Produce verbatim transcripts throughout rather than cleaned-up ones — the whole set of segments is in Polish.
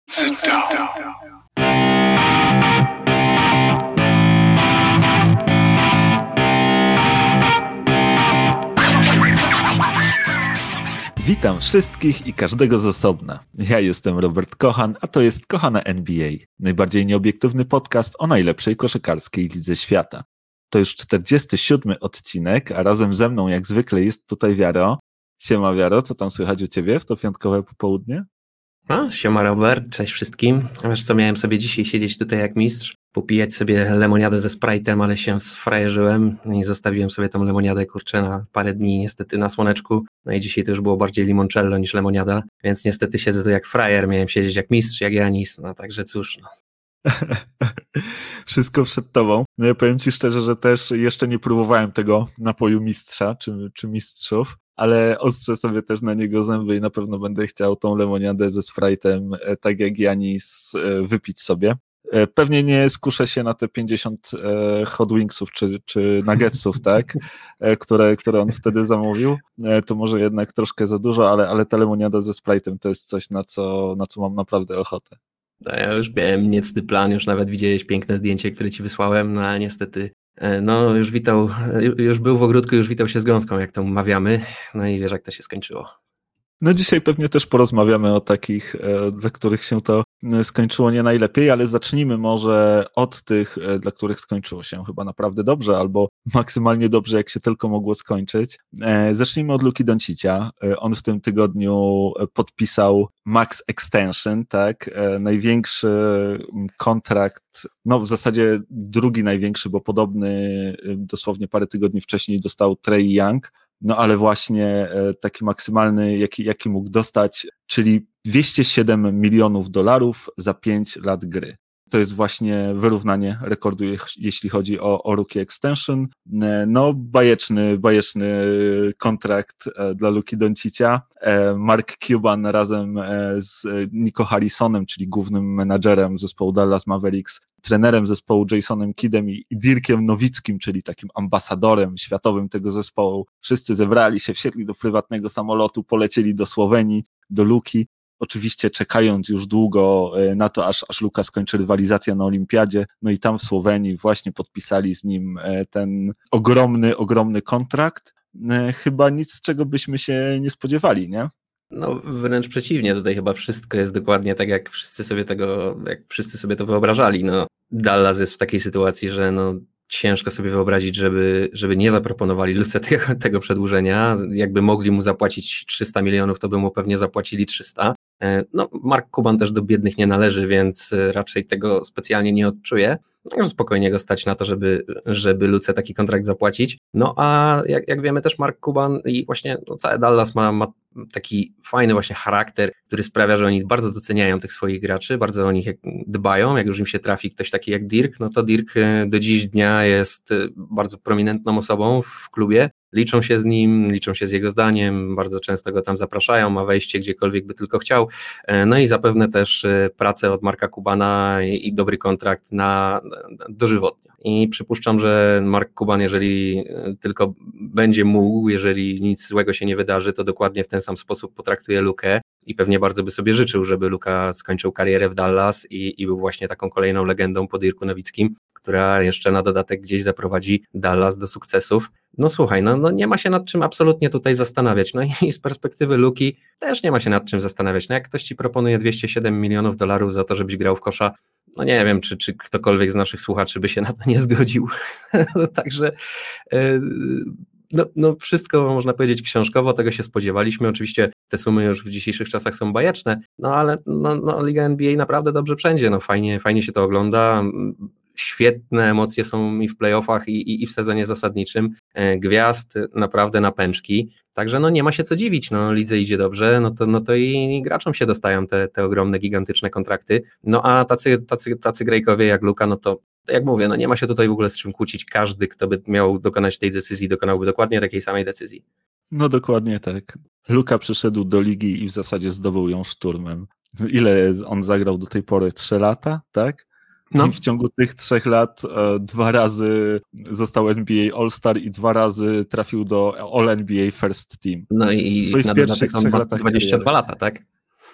Sit down. Witam wszystkich i każdego z osobna. Ja jestem Robert Kochan, a to jest Kochana N B A, najbardziej nieobiektywny podcast o najlepszej koszykarskiej lidze świata. To już czterdziesty siódmy odcinek, a razem ze mną jak zwykle jest tutaj Wiaro. Siema Wiaro, co tam słychać u ciebie w to piątkowe popołudnie? No, siema Robert, cześć wszystkim. Wiesz co, miałem sobie dzisiaj siedzieć tutaj jak mistrz, popijać sobie lemoniadę ze Sprite'em, ale się sfrajerzyłem i zostawiłem sobie tą lemoniadę, kurczę, na parę dni niestety na słoneczku. No i dzisiaj to już było bardziej limoncello niż lemoniada, więc niestety siedzę tu jak frajer, miałem siedzieć jak mistrz, jak Janis, no także cóż, no. Wszystko przed tobą. No ja powiem ci szczerze, że też jeszcze nie próbowałem tego napoju mistrza, czy, czy mistrzów, ale ostrzę sobie też na niego zęby i na pewno będę chciał tą lemoniadę ze Sprite'em, tak jak Janis, wypić sobie. Pewnie nie skuszę się na te pięćdziesiąt hot wingsów czy, czy nuggetsów, tak, które, które on wtedy zamówił. To może jednak troszkę za dużo, ale, ale ta lemoniada ze Sprite'em to jest coś, na co, na co mam naprawdę ochotę. No ja już miałem niecny plan, już nawet widziałeś piękne zdjęcie, które ci wysłałem, no ale niestety no już witał, już był w ogródku, już witał się z gąską, jak to mawiamy, no i wiesz jak to się skończyło. No dzisiaj pewnie też porozmawiamy o takich, dla których się to skończyło nie najlepiej, ale zacznijmy może od tych, dla których skończyło się chyba naprawdę dobrze, albo maksymalnie dobrze, jak się tylko mogło skończyć. Zacznijmy od Luki Doncicia. On w tym tygodniu podpisał Max Extension, tak, największy kontrakt, no w zasadzie drugi największy, bo podobny dosłownie parę tygodni wcześniej dostał Trae Young. No ale właśnie taki maksymalny, jaki, jaki mógł dostać, czyli dwieście siedem milionów dolarów za pięć lat gry. To jest właśnie wyrównanie rekordu, jeśli chodzi o, o Rookie Extension. No bajeczny, bajeczny kontrakt dla Luki Doncicia. Mark Cuban razem z Nico Harrisonem, czyli głównym menadżerem zespołu Dallas Mavericks, trenerem zespołu Jasonem Kiddem i Dirkiem Nowickim, czyli takim ambasadorem światowym tego zespołu. Wszyscy zebrali się, wsiedli do prywatnego samolotu, polecieli do Słowenii, do Luki. Oczywiście czekając już długo na to, aż, aż Luka skończy rywalizację na Olimpiadzie, no i tam w Słowenii właśnie podpisali z nim ten ogromny, ogromny kontrakt. Chyba nic, czego byśmy się nie spodziewali, nie? No wręcz przeciwnie, tutaj chyba wszystko jest dokładnie tak, jak wszyscy sobie tego, jak wszyscy sobie to wyobrażali. No, Dallas jest w takiej sytuacji, że no ciężko sobie wyobrazić, żeby, żeby nie zaproponowali Luce tego, tego przedłużenia. Jakby mogli mu zapłacić trzysta milionów, to by mu pewnie zapłacili trzysta. No, Mark Cuban też do biednych nie należy, więc raczej tego specjalnie nie odczuje. No, spokojnie go stać na to, żeby, żeby Luce taki kontrakt zapłacić. No a jak, jak wiemy też Mark Cuban i właśnie no, cały Dallas ma, ma taki fajny właśnie charakter, który sprawia, że oni bardzo doceniają tych swoich graczy, bardzo o nich dbają. Jak już im się trafi ktoś taki jak Dirk, no to Dirk do dziś dnia jest bardzo prominentną osobą w klubie. Liczą się z nim, liczą się z jego zdaniem, bardzo często go tam zapraszają, ma wejście gdziekolwiek by tylko chciał. No i zapewne też pracę od Marka Cubana i dobry kontrakt na dożywotnio. I przypuszczam, że Mark Cuban, jeżeli tylko będzie mógł, jeżeli nic złego się nie wydarzy, to dokładnie w ten sam sposób potraktuje Lukę i pewnie bardzo by sobie życzył, żeby Luka skończył karierę w Dallas i, i był właśnie taką kolejną legendą po Dirku Nowickim, która jeszcze na dodatek gdzieś zaprowadzi Dallas do sukcesów. No słuchaj, no, no nie ma się nad czym absolutnie tutaj zastanawiać, no i z perspektywy Luki też nie ma się nad czym zastanawiać, no jak ktoś ci proponuje dwieście siedem milionów dolarów za to, żebyś grał w kosza, no nie wiem, czy, czy ktokolwiek z naszych słuchaczy by się na to nie zgodził, także yy, no, no wszystko można powiedzieć książkowo, tego się spodziewaliśmy, oczywiście te sumy już w dzisiejszych czasach są bajeczne, no ale no, no, Liga N B A naprawdę dobrze przędzie, no fajnie, fajnie się to ogląda, świetne emocje są i w playoffach i, i, i w sezonie zasadniczym, gwiazd naprawdę na pęczki, także no nie ma się co dziwić, no lidze idzie dobrze, no to, no to i graczom się dostają te, te ogromne, gigantyczne kontrakty, no a tacy, tacy, tacy grejkowie jak Luka, no to jak mówię, no nie ma się tutaj w ogóle z czym kłócić, każdy, kto by miał dokonać tej decyzji, dokonałby dokładnie takiej samej decyzji. No dokładnie tak. Luka przyszedł do ligi i w zasadzie zdobył ją szturmem. Ile on zagrał do tej pory? Trzy lata, tak? No. I w ciągu tych trzech lat e, dwa razy został N B A All-Star i dwa razy trafił do All N B A First Team. No i na dodatek są dwadzieścia dwa lata, tak?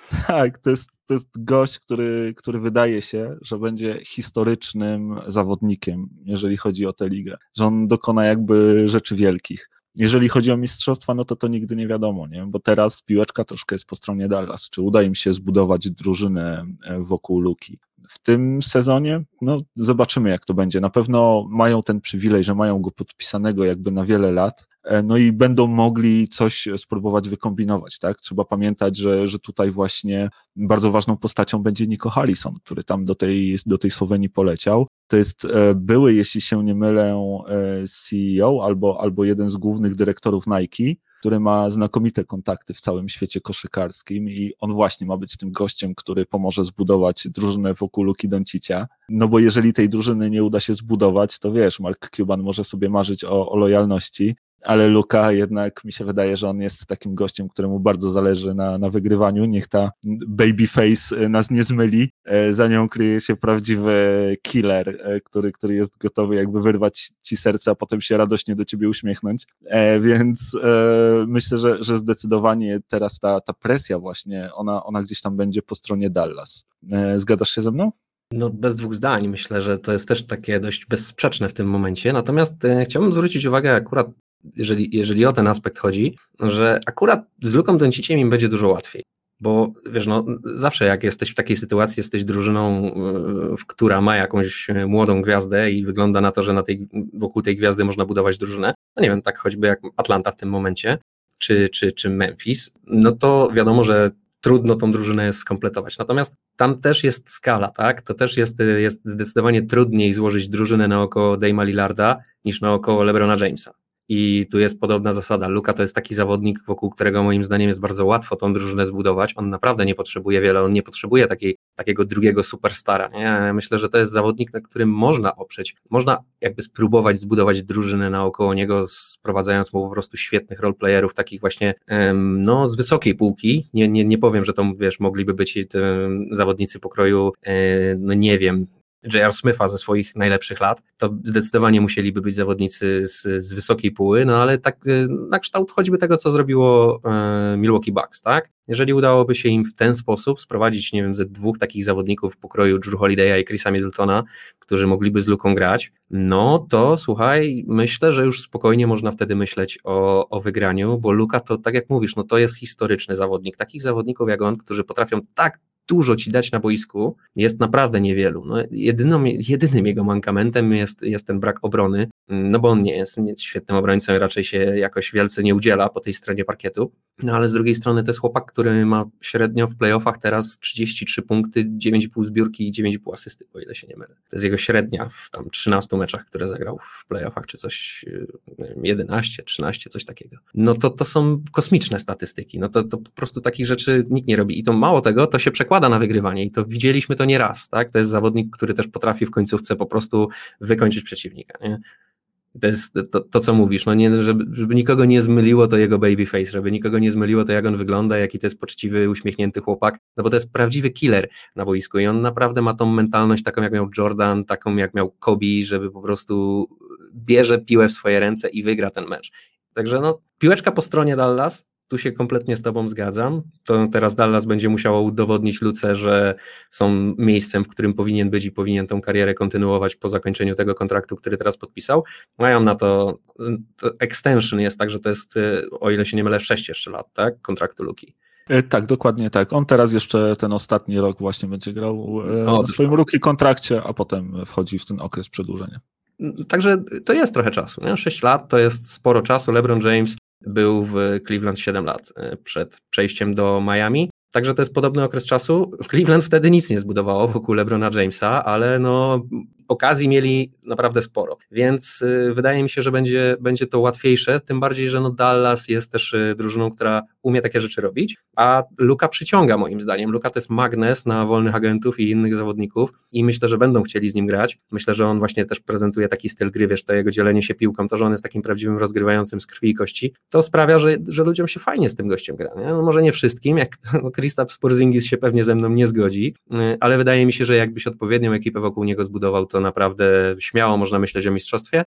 Tak, to jest, to jest gość, który, który wydaje się, że będzie historycznym zawodnikiem, jeżeli chodzi o tę ligę, że on dokona jakby rzeczy wielkich. Jeżeli chodzi o mistrzostwa, no to to nigdy nie wiadomo, nie? Bo teraz piłeczka troszkę jest po stronie Dallas. Czy uda im się zbudować drużynę wokół Luki? W tym sezonie, no zobaczymy, jak to będzie. Na pewno mają ten przywilej, że mają go podpisanego jakby na wiele lat, no i będą mogli coś spróbować wykombinować, tak? Trzeba pamiętać, że, że tutaj właśnie bardzo ważną postacią będzie Nico Harrison, który tam do tej, do tej Słowenii poleciał. To jest były, jeśli się nie mylę, C E O albo, albo jeden z głównych dyrektorów Nike, który ma znakomite kontakty w całym świecie koszykarskim i on właśnie ma być tym gościem, który pomoże zbudować drużynę wokół Luki Doncicia. No bo jeżeli tej drużyny nie uda się zbudować, to wiesz, Mark Cuban może sobie marzyć o, o lojalności, ale Luka jednak mi się wydaje, że on jest takim gościem, któremu bardzo zależy na, na wygrywaniu. Niech ta babyface nas nie zmyli. Za nią kryje się prawdziwy killer, który, który jest gotowy jakby wyrwać ci serce, a potem się radośnie do ciebie uśmiechnąć. Więc myślę, że, że zdecydowanie teraz ta, ta presja właśnie, ona, ona gdzieś tam będzie po stronie Dallas. Zgadzasz się ze mną? No bez dwóch zdań. Myślę, że to jest też takie dość bezsprzeczne w tym momencie. Natomiast e, chciałbym zwrócić uwagę akurat, jeżeli, jeżeli o ten aspekt chodzi, że akurat z Luką Donciciem im będzie dużo łatwiej. Bo wiesz, no zawsze jak jesteś w takiej sytuacji, jesteś drużyną, w która ma jakąś młodą gwiazdę i wygląda na to, że na tej, wokół tej gwiazdy można budować drużynę, no nie wiem, tak choćby jak Atlanta w tym momencie, czy, czy, czy Memphis, no to wiadomo, że trudno tą drużynę skompletować. Natomiast tam też jest skala, tak? To też jest, jest zdecydowanie trudniej złożyć drużynę naokoło Dame'a Lillarda niż naokoło LeBrona Jamesa. I tu jest podobna zasada. Luka to jest taki zawodnik, wokół którego moim zdaniem jest bardzo łatwo tą drużynę zbudować. On naprawdę nie potrzebuje wiele, on nie potrzebuje takiej, takiego drugiego superstara. Nie? Ja myślę, że to jest zawodnik, na którym można oprzeć. Można jakby spróbować zbudować drużynę naokoło niego, sprowadzając mu po prostu świetnych roleplayerów, takich właśnie um, no, z wysokiej półki. Nie, nie, nie powiem, że to wiesz, mogliby być um, zawodnicy pokroju, um, no nie wiem, J R. Smitha ze swoich najlepszych lat, to zdecydowanie musieliby być zawodnicy z, z wysokiej póły, no ale tak na kształt choćby tego, co zrobiło e, Milwaukee Bucks, tak? Jeżeli udałoby się im w ten sposób sprowadzić, nie wiem, ze dwóch takich zawodników w pokroju Drew Holiday'a i Chrisa Middletona, którzy mogliby z Luką grać, no to słuchaj, myślę, że już spokojnie można wtedy myśleć o, o wygraniu, bo Luka to, tak jak mówisz, no to jest historyczny zawodnik. Takich zawodników jak on, którzy potrafią tak dużo ci dać na boisku, jest naprawdę niewielu. No, jedyną, jedynym jego mankamentem jest, jest ten brak obrony, no bo on nie jest świetnym obrońcą i raczej się jakoś wielce nie udziela po tej stronie parkietu, no ale z drugiej strony to jest chłopak, który ma średnio w playoffach teraz trzydzieści trzy punkty, dziewięć i pół zbiórki i dziewięć i pół asysty, o ile się nie mylę. To jest jego średnia w tam trzynastu meczach, które zagrał w playoffach, czy coś, nie wiem, jedenaście, trzynaście, coś takiego. No to to są kosmiczne statystyki, no to, to po prostu takich rzeczy nikt nie robi i to mało tego, to się przekłada na wygrywanie i to widzieliśmy to nie raz, tak? To jest zawodnik, który też potrafi w końcówce po prostu wykończyć przeciwnika, nie? To jest to, to co mówisz, no nie, żeby, żeby nikogo nie zmyliło to jego babyface, żeby nikogo nie zmyliło to, jak on wygląda, jaki to jest poczciwy, uśmiechnięty chłopak, no bo to jest prawdziwy killer na boisku i on naprawdę ma tą mentalność taką, jak miał Jordan, taką jak miał Kobe, żeby po prostu bierze piłę w swoje ręce i wygra ten mecz. Także no, piłeczka po stronie Dallas, tu się kompletnie z tobą zgadzam. To teraz Dallas będzie musiało udowodnić Luce, że są miejscem, w którym powinien być i powinien tą karierę kontynuować po zakończeniu tego kontraktu, który teraz podpisał. Mają na to, to extension jest tak, że to jest, o ile się nie mylę, sześć jeszcze lat, tak? Kontraktu Luki. Tak, dokładnie tak. On teraz jeszcze ten ostatni rok właśnie będzie grał o, na swoim rookie kontrakcie, a potem wchodzi w ten okres przedłużenia. Także to jest trochę czasu, nie? sześć lat to jest sporo czasu. LeBron James był w Cleveland siedem lat przed przejściem do Miami, także to jest podobny okres czasu. Cleveland wtedy nic nie zbudowało wokół LeBrona Jamesa, ale no okazji mieli naprawdę sporo, więc y, wydaje mi się, że będzie, będzie to łatwiejsze, tym bardziej, że no Dallas jest też y, drużyną, która umie takie rzeczy robić, a Luka przyciąga moim zdaniem. Luka to jest magnes na wolnych agentów i innych zawodników i myślę, że będą chcieli z nim grać. Myślę, że on właśnie też prezentuje taki styl gry, wiesz, to jego dzielenie się piłką, to, że on jest takim prawdziwym rozgrywającym z krwi i kości, to sprawia, że, że ludziom się fajnie z tym gościem gra. Nie? No może nie wszystkim, jak no, Kristaps Porzingis się pewnie ze mną nie zgodzi, y, ale wydaje mi się, że jakbyś odpowiednią ekipę wokół niego zbudował, to naprawdę śmiało można myśleć o mistrzostwie.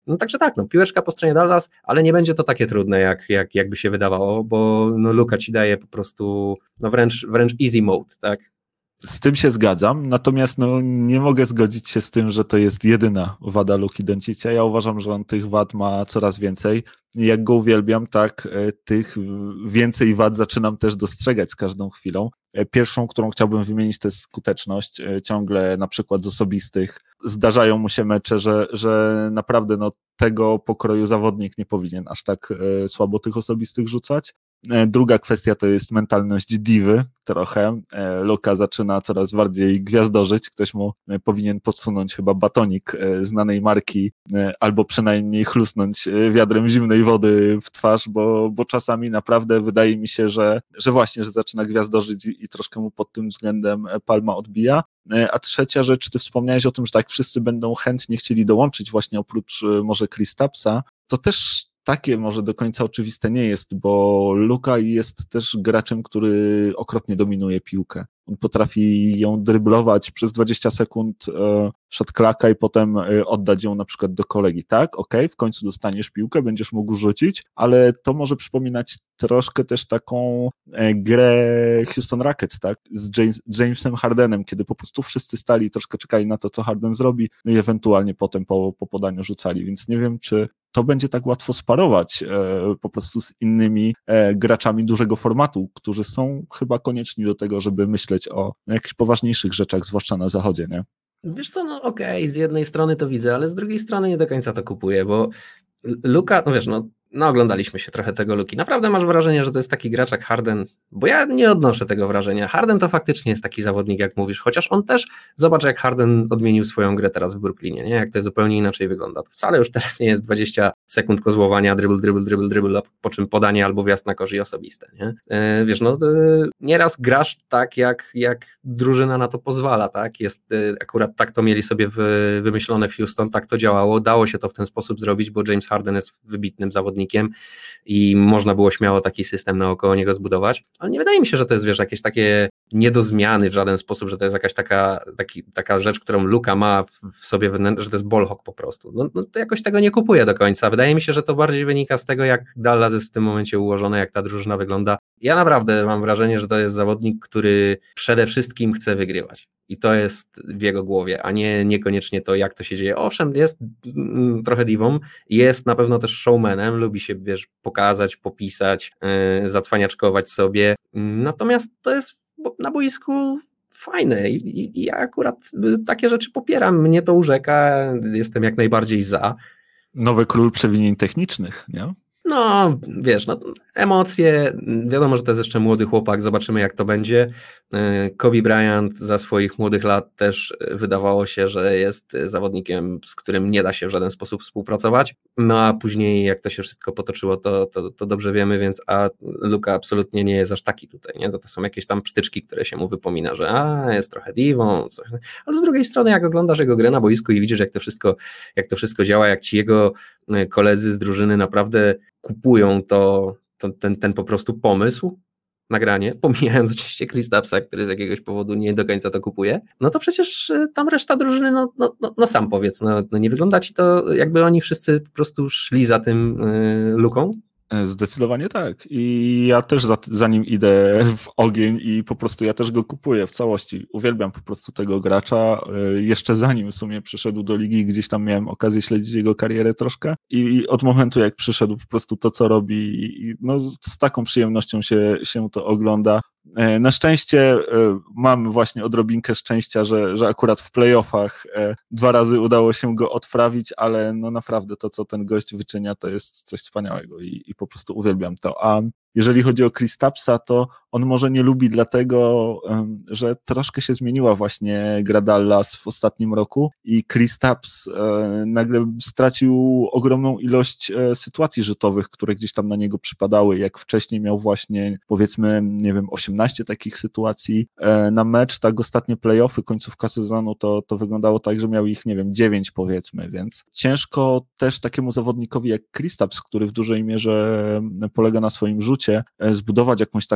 No także tak, no piłeczka po stronie Dallas, ale nie będzie to takie trudne, jak, jak, jakby się wydawało, bo no Luka ci daje po prostu no wręcz, wręcz easy mode, tak? Z tym się zgadzam, natomiast no, nie mogę zgodzić się z tym, że to jest jedyna wada Luki Doncicia. Ja uważam, że on tych wad ma coraz więcej. Jak go uwielbiam, tak tych więcej wad zaczynam też dostrzegać z każdą chwilą. Pierwszą, którą chciałbym wymienić, to jest skuteczność. Ciągle na przykład z osobistych zdarzają mu się mecze, że, że naprawdę no, tego pokroju zawodnik nie powinien aż tak słabo tych osobistych rzucać. Druga kwestia to jest mentalność diwy trochę. Luka zaczyna coraz bardziej gwiazdorzyć. Ktoś mu powinien podsunąć chyba batonik znanej marki albo przynajmniej chlusnąć wiadrem zimnej wody w twarz, bo, bo czasami naprawdę wydaje mi się, że, że właśnie, że zaczyna gwiazdorzyć i, i troszkę mu pod tym względem palma odbija. A trzecia rzecz, ty wspomniałeś o tym, że tak wszyscy będą chętnie chcieli dołączyć właśnie oprócz może Kristapsa, to też takie może do końca oczywiste nie jest, bo Luka jest też graczem, który okropnie dominuje piłkę. On potrafi ją dryblować przez dwadzieścia sekund e, shot clocka i potem e, oddać ją na przykład do kolegi. Tak, okej, okay, w końcu dostaniesz piłkę, będziesz mógł rzucić, ale to może przypominać troszkę też taką e, grę Houston Rockets, tak, z James, Jamesem Hardenem, kiedy po prostu wszyscy stali i troszkę czekali na to, co Harden zrobi, no i ewentualnie potem po, po podaniu rzucali, więc nie wiem, czy to będzie tak łatwo sparować e, po prostu z innymi e, graczami dużego formatu, którzy są chyba konieczni do tego, żeby myśleć o jakichś poważniejszych rzeczach, zwłaszcza na zachodzie, nie? Wiesz co, no okej, okay, z jednej strony to widzę, ale z drugiej strony nie do końca to kupuję, bo Luka, no wiesz, no, no oglądaliśmy się trochę tego Luki. Naprawdę masz wrażenie, że to jest taki gracz jak Harden? Bo ja nie odnoszę tego wrażenia. Harden to faktycznie jest taki zawodnik, jak mówisz, chociaż on też, zobacz jak Harden odmienił swoją grę teraz w Brooklynie, nie? Jak to zupełnie inaczej wygląda. To wcale już teraz nie jest dwadzieścia sekund kozłowania, dribble, dribble, dribble, dribble, po czym podanie albo wjazd na kosz i osobiste, nie? Yy, wiesz, no yy, nieraz grasz tak, jak, jak drużyna na to pozwala, tak? Jest, yy, akurat tak to mieli sobie w, wymyślone w Houston, tak to działało, dało się to w ten sposób zrobić, bo James Harden jest wybitnym zawodnikiem i można było śmiało taki system naokoło niego zbudować, ale nie wydaje mi się, że to jest, wiesz, jakieś takie nie do zmiany w żaden sposób, że to jest jakaś taka, taki, taka rzecz, którą Luka ma w, w sobie wewnętrznie, że to jest ballhawk po prostu. No, no to jakoś tego nie kupuję do końca. Wydaje mi się, że to bardziej wynika z tego, jak Dallas jest w tym momencie ułożone, jak ta drużyna wygląda. Ja naprawdę mam wrażenie, że to jest zawodnik, który przede wszystkim chce wygrywać. I to jest w jego głowie, a nie niekoniecznie to, jak to się dzieje. Owszem, jest mm, trochę diwą, jest na pewno też showmanem, lubi się, wiesz, pokazać, popisać, yy, zacwaniaczkować sobie. Natomiast to jest na boisku fajne i, i ja akurat takie rzeczy popieram. Mnie to urzeka, jestem jak najbardziej za. Nowy król przewinień technicznych, nie? No, wiesz, no, emocje, wiadomo, że to jest jeszcze młody chłopak, zobaczymy jak to będzie. Kobe Bryant za swoich młodych lat też wydawało się, że jest zawodnikiem, z którym nie da się w żaden sposób współpracować, no a później jak to się wszystko potoczyło, to, to, to dobrze wiemy, więc a Luka absolutnie nie jest aż taki tutaj, nie? To, to są jakieś tam psztyczki, które się mu wypomina, że a, jest trochę diwą, coś. Ale z drugiej strony jak oglądasz jego grę na boisku i widzisz jak to wszystko, jak to wszystko działa, jak ci jego koledzy z drużyny naprawdę kupują to, to ten, ten po prostu pomysł, nagranie, pomijając oczywiście Kristapsa, który z jakiegoś powodu nie do końca to kupuje, no to przecież tam reszta drużyny, no, no, no, no sam powiedz, no, no nie wygląda ci to, jakby oni wszyscy po prostu szli za tym yy, Luką? Zdecydowanie tak. I ja też za, za nim idę w ogień i po prostu ja też go kupuję w całości. Uwielbiam po prostu tego gracza. Jeszcze zanim w sumie przyszedł do ligi, gdzieś tam miałem okazję śledzić jego karierę troszkę i od momentu jak przyszedł po prostu to, co robi, no z taką przyjemnością się, się to ogląda. Na szczęście mam właśnie odrobinkę szczęścia, że, że akurat w playoffach dwa razy udało się go odprawić, ale no naprawdę to, co ten gość wyczynia, to jest coś wspaniałego i, i po prostu uwielbiam to. A jeżeli chodzi o Kristapsa, to on może nie lubi dlatego, że troszkę się zmieniła właśnie gra Dallas w ostatnim roku i Kristaps nagle stracił ogromną ilość sytuacji rzutowych, które gdzieś tam na niego przypadały, jak wcześniej miał właśnie powiedzmy, nie wiem, osiemnaście takich sytuacji na mecz, tak ostatnie playoffy, końcówka sezonu, to, to wyglądało tak, że miał ich, nie wiem, dziewięć powiedzmy, więc ciężko też takiemu zawodnikowi jak Kristaps, który w dużej mierze polega na swoim rzucie, zbudować jakąś taką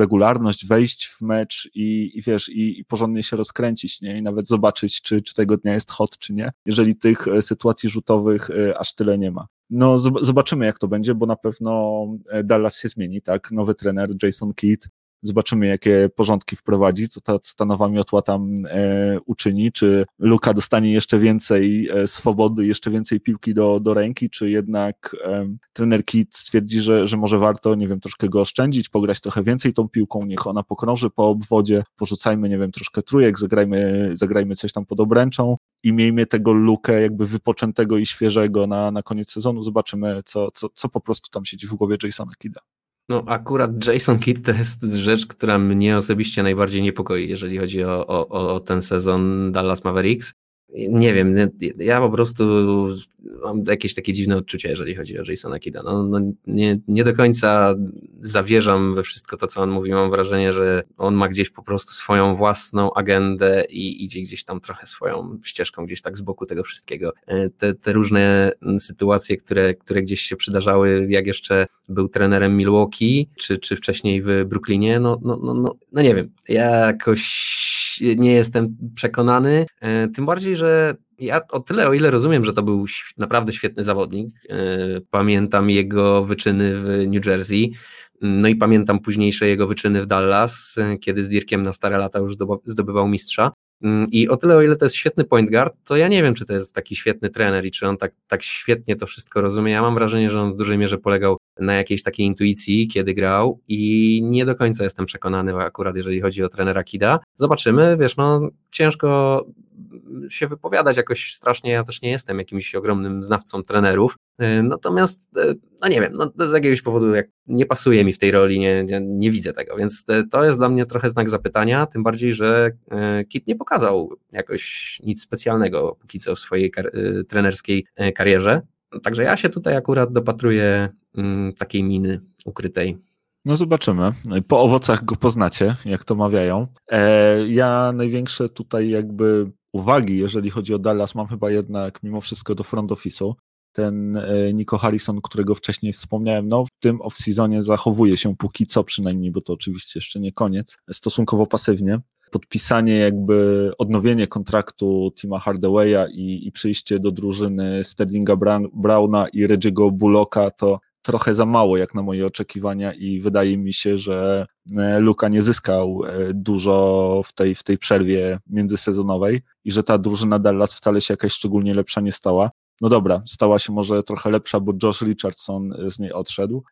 regularność, wejść w mecz i, i wiesz, i, i porządnie się rozkręcić, nie? I nawet zobaczyć, czy, czy tego dnia jest hot, czy nie, jeżeli tych sytuacji rzutowych aż tyle nie ma. No zobaczymy, jak to będzie, bo na pewno Dallas się zmieni, tak? Nowy trener, Jason Kidd. Zobaczymy, jakie porządki wprowadzi, co ta, co ta nowa miotła tam e, uczyni, czy Luka dostanie jeszcze więcej e, swobody, jeszcze więcej piłki do, do ręki, czy jednak e, trener Kidd stwierdzi, że, że może warto, nie wiem, troszkę go oszczędzić, pograć trochę więcej tą piłką, niech ona pokrąży po obwodzie, porzucajmy, nie wiem, troszkę trójek, zagrajmy, zagrajmy coś tam pod obręczą i miejmy tego Lukę jakby wypoczętego i świeżego na, na koniec sezonu, zobaczymy, co, co, co po prostu tam siedzi w głowie Jasona Kidda. No akurat Jason Kidd to jest rzecz, która mnie osobiście najbardziej niepokoi, jeżeli chodzi o, o, o ten sezon Dallas Mavericks. Nie wiem, ja po prostu mam jakieś takie dziwne odczucie, jeżeli chodzi o Jasona Kidda. No, no nie, nie do końca zawierzam we wszystko to, co on mówi. Mam wrażenie, że on ma gdzieś po prostu swoją własną agendę i idzie gdzieś tam trochę swoją ścieżką, gdzieś tak z boku tego wszystkiego. Te, te różne sytuacje, które, które gdzieś się przydarzały, jak jeszcze był trenerem Milwaukee, czy, czy wcześniej w Brooklynie, no, no, no, no, no nie wiem. Ja jakoś nie jestem przekonany, tym bardziej, że ja o tyle, o ile rozumiem, że to był naprawdę świetny zawodnik, pamiętam jego wyczyny w New Jersey, no i pamiętam późniejsze jego wyczyny w Dallas, kiedy z Dirkiem na stare lata już zdobywał mistrza. I o tyle, o ile to jest świetny point guard, to ja nie wiem, czy to jest taki świetny trener i czy on tak, tak świetnie to wszystko rozumie. Ja mam wrażenie, że on w dużej mierze polegał na jakiejś takiej intuicji, kiedy grał i nie do końca jestem przekonany akurat, jeżeli chodzi o trenera Kidda. Zobaczymy, wiesz, no ciężko się wypowiadać jakoś strasznie, ja też nie jestem jakimś ogromnym znawcą trenerów, natomiast, no nie wiem, no z jakiegoś powodu jak nie pasuje mi w tej roli, nie, nie, nie widzę tego, więc to jest dla mnie trochę znak zapytania, tym bardziej, że Kidd nie pokazał jakoś nic specjalnego póki co w swojej kar- trenerskiej karierze, także ja się tutaj akurat dopatruję mm, takiej miny ukrytej. No zobaczymy. Po owocach go poznacie, jak to mawiają. E, ja największe tutaj jakby uwagi, jeżeli chodzi o Dallas, mam chyba jednak mimo wszystko do front office'u. Ten e, Nico Harrison, którego wcześniej wspomniałem, no w tym off-seasonie zachowuje się póki co przynajmniej, bo to oczywiście jeszcze nie koniec, stosunkowo pasywnie. Podpisanie jakby, odnowienie kontraktu Tima Hardawaya i, i przyjście do drużyny Sterlinga Browna i Reggie'ego Bullocka to trochę za mało jak na moje oczekiwania i wydaje mi się, że Luka nie zyskał dużo w tej, w tej przerwie międzysezonowej i że ta drużyna Dallas wcale się jakaś szczególnie lepsza nie stała. No dobra, stała się może trochę lepsza, bo Josh Richardson z niej odszedł,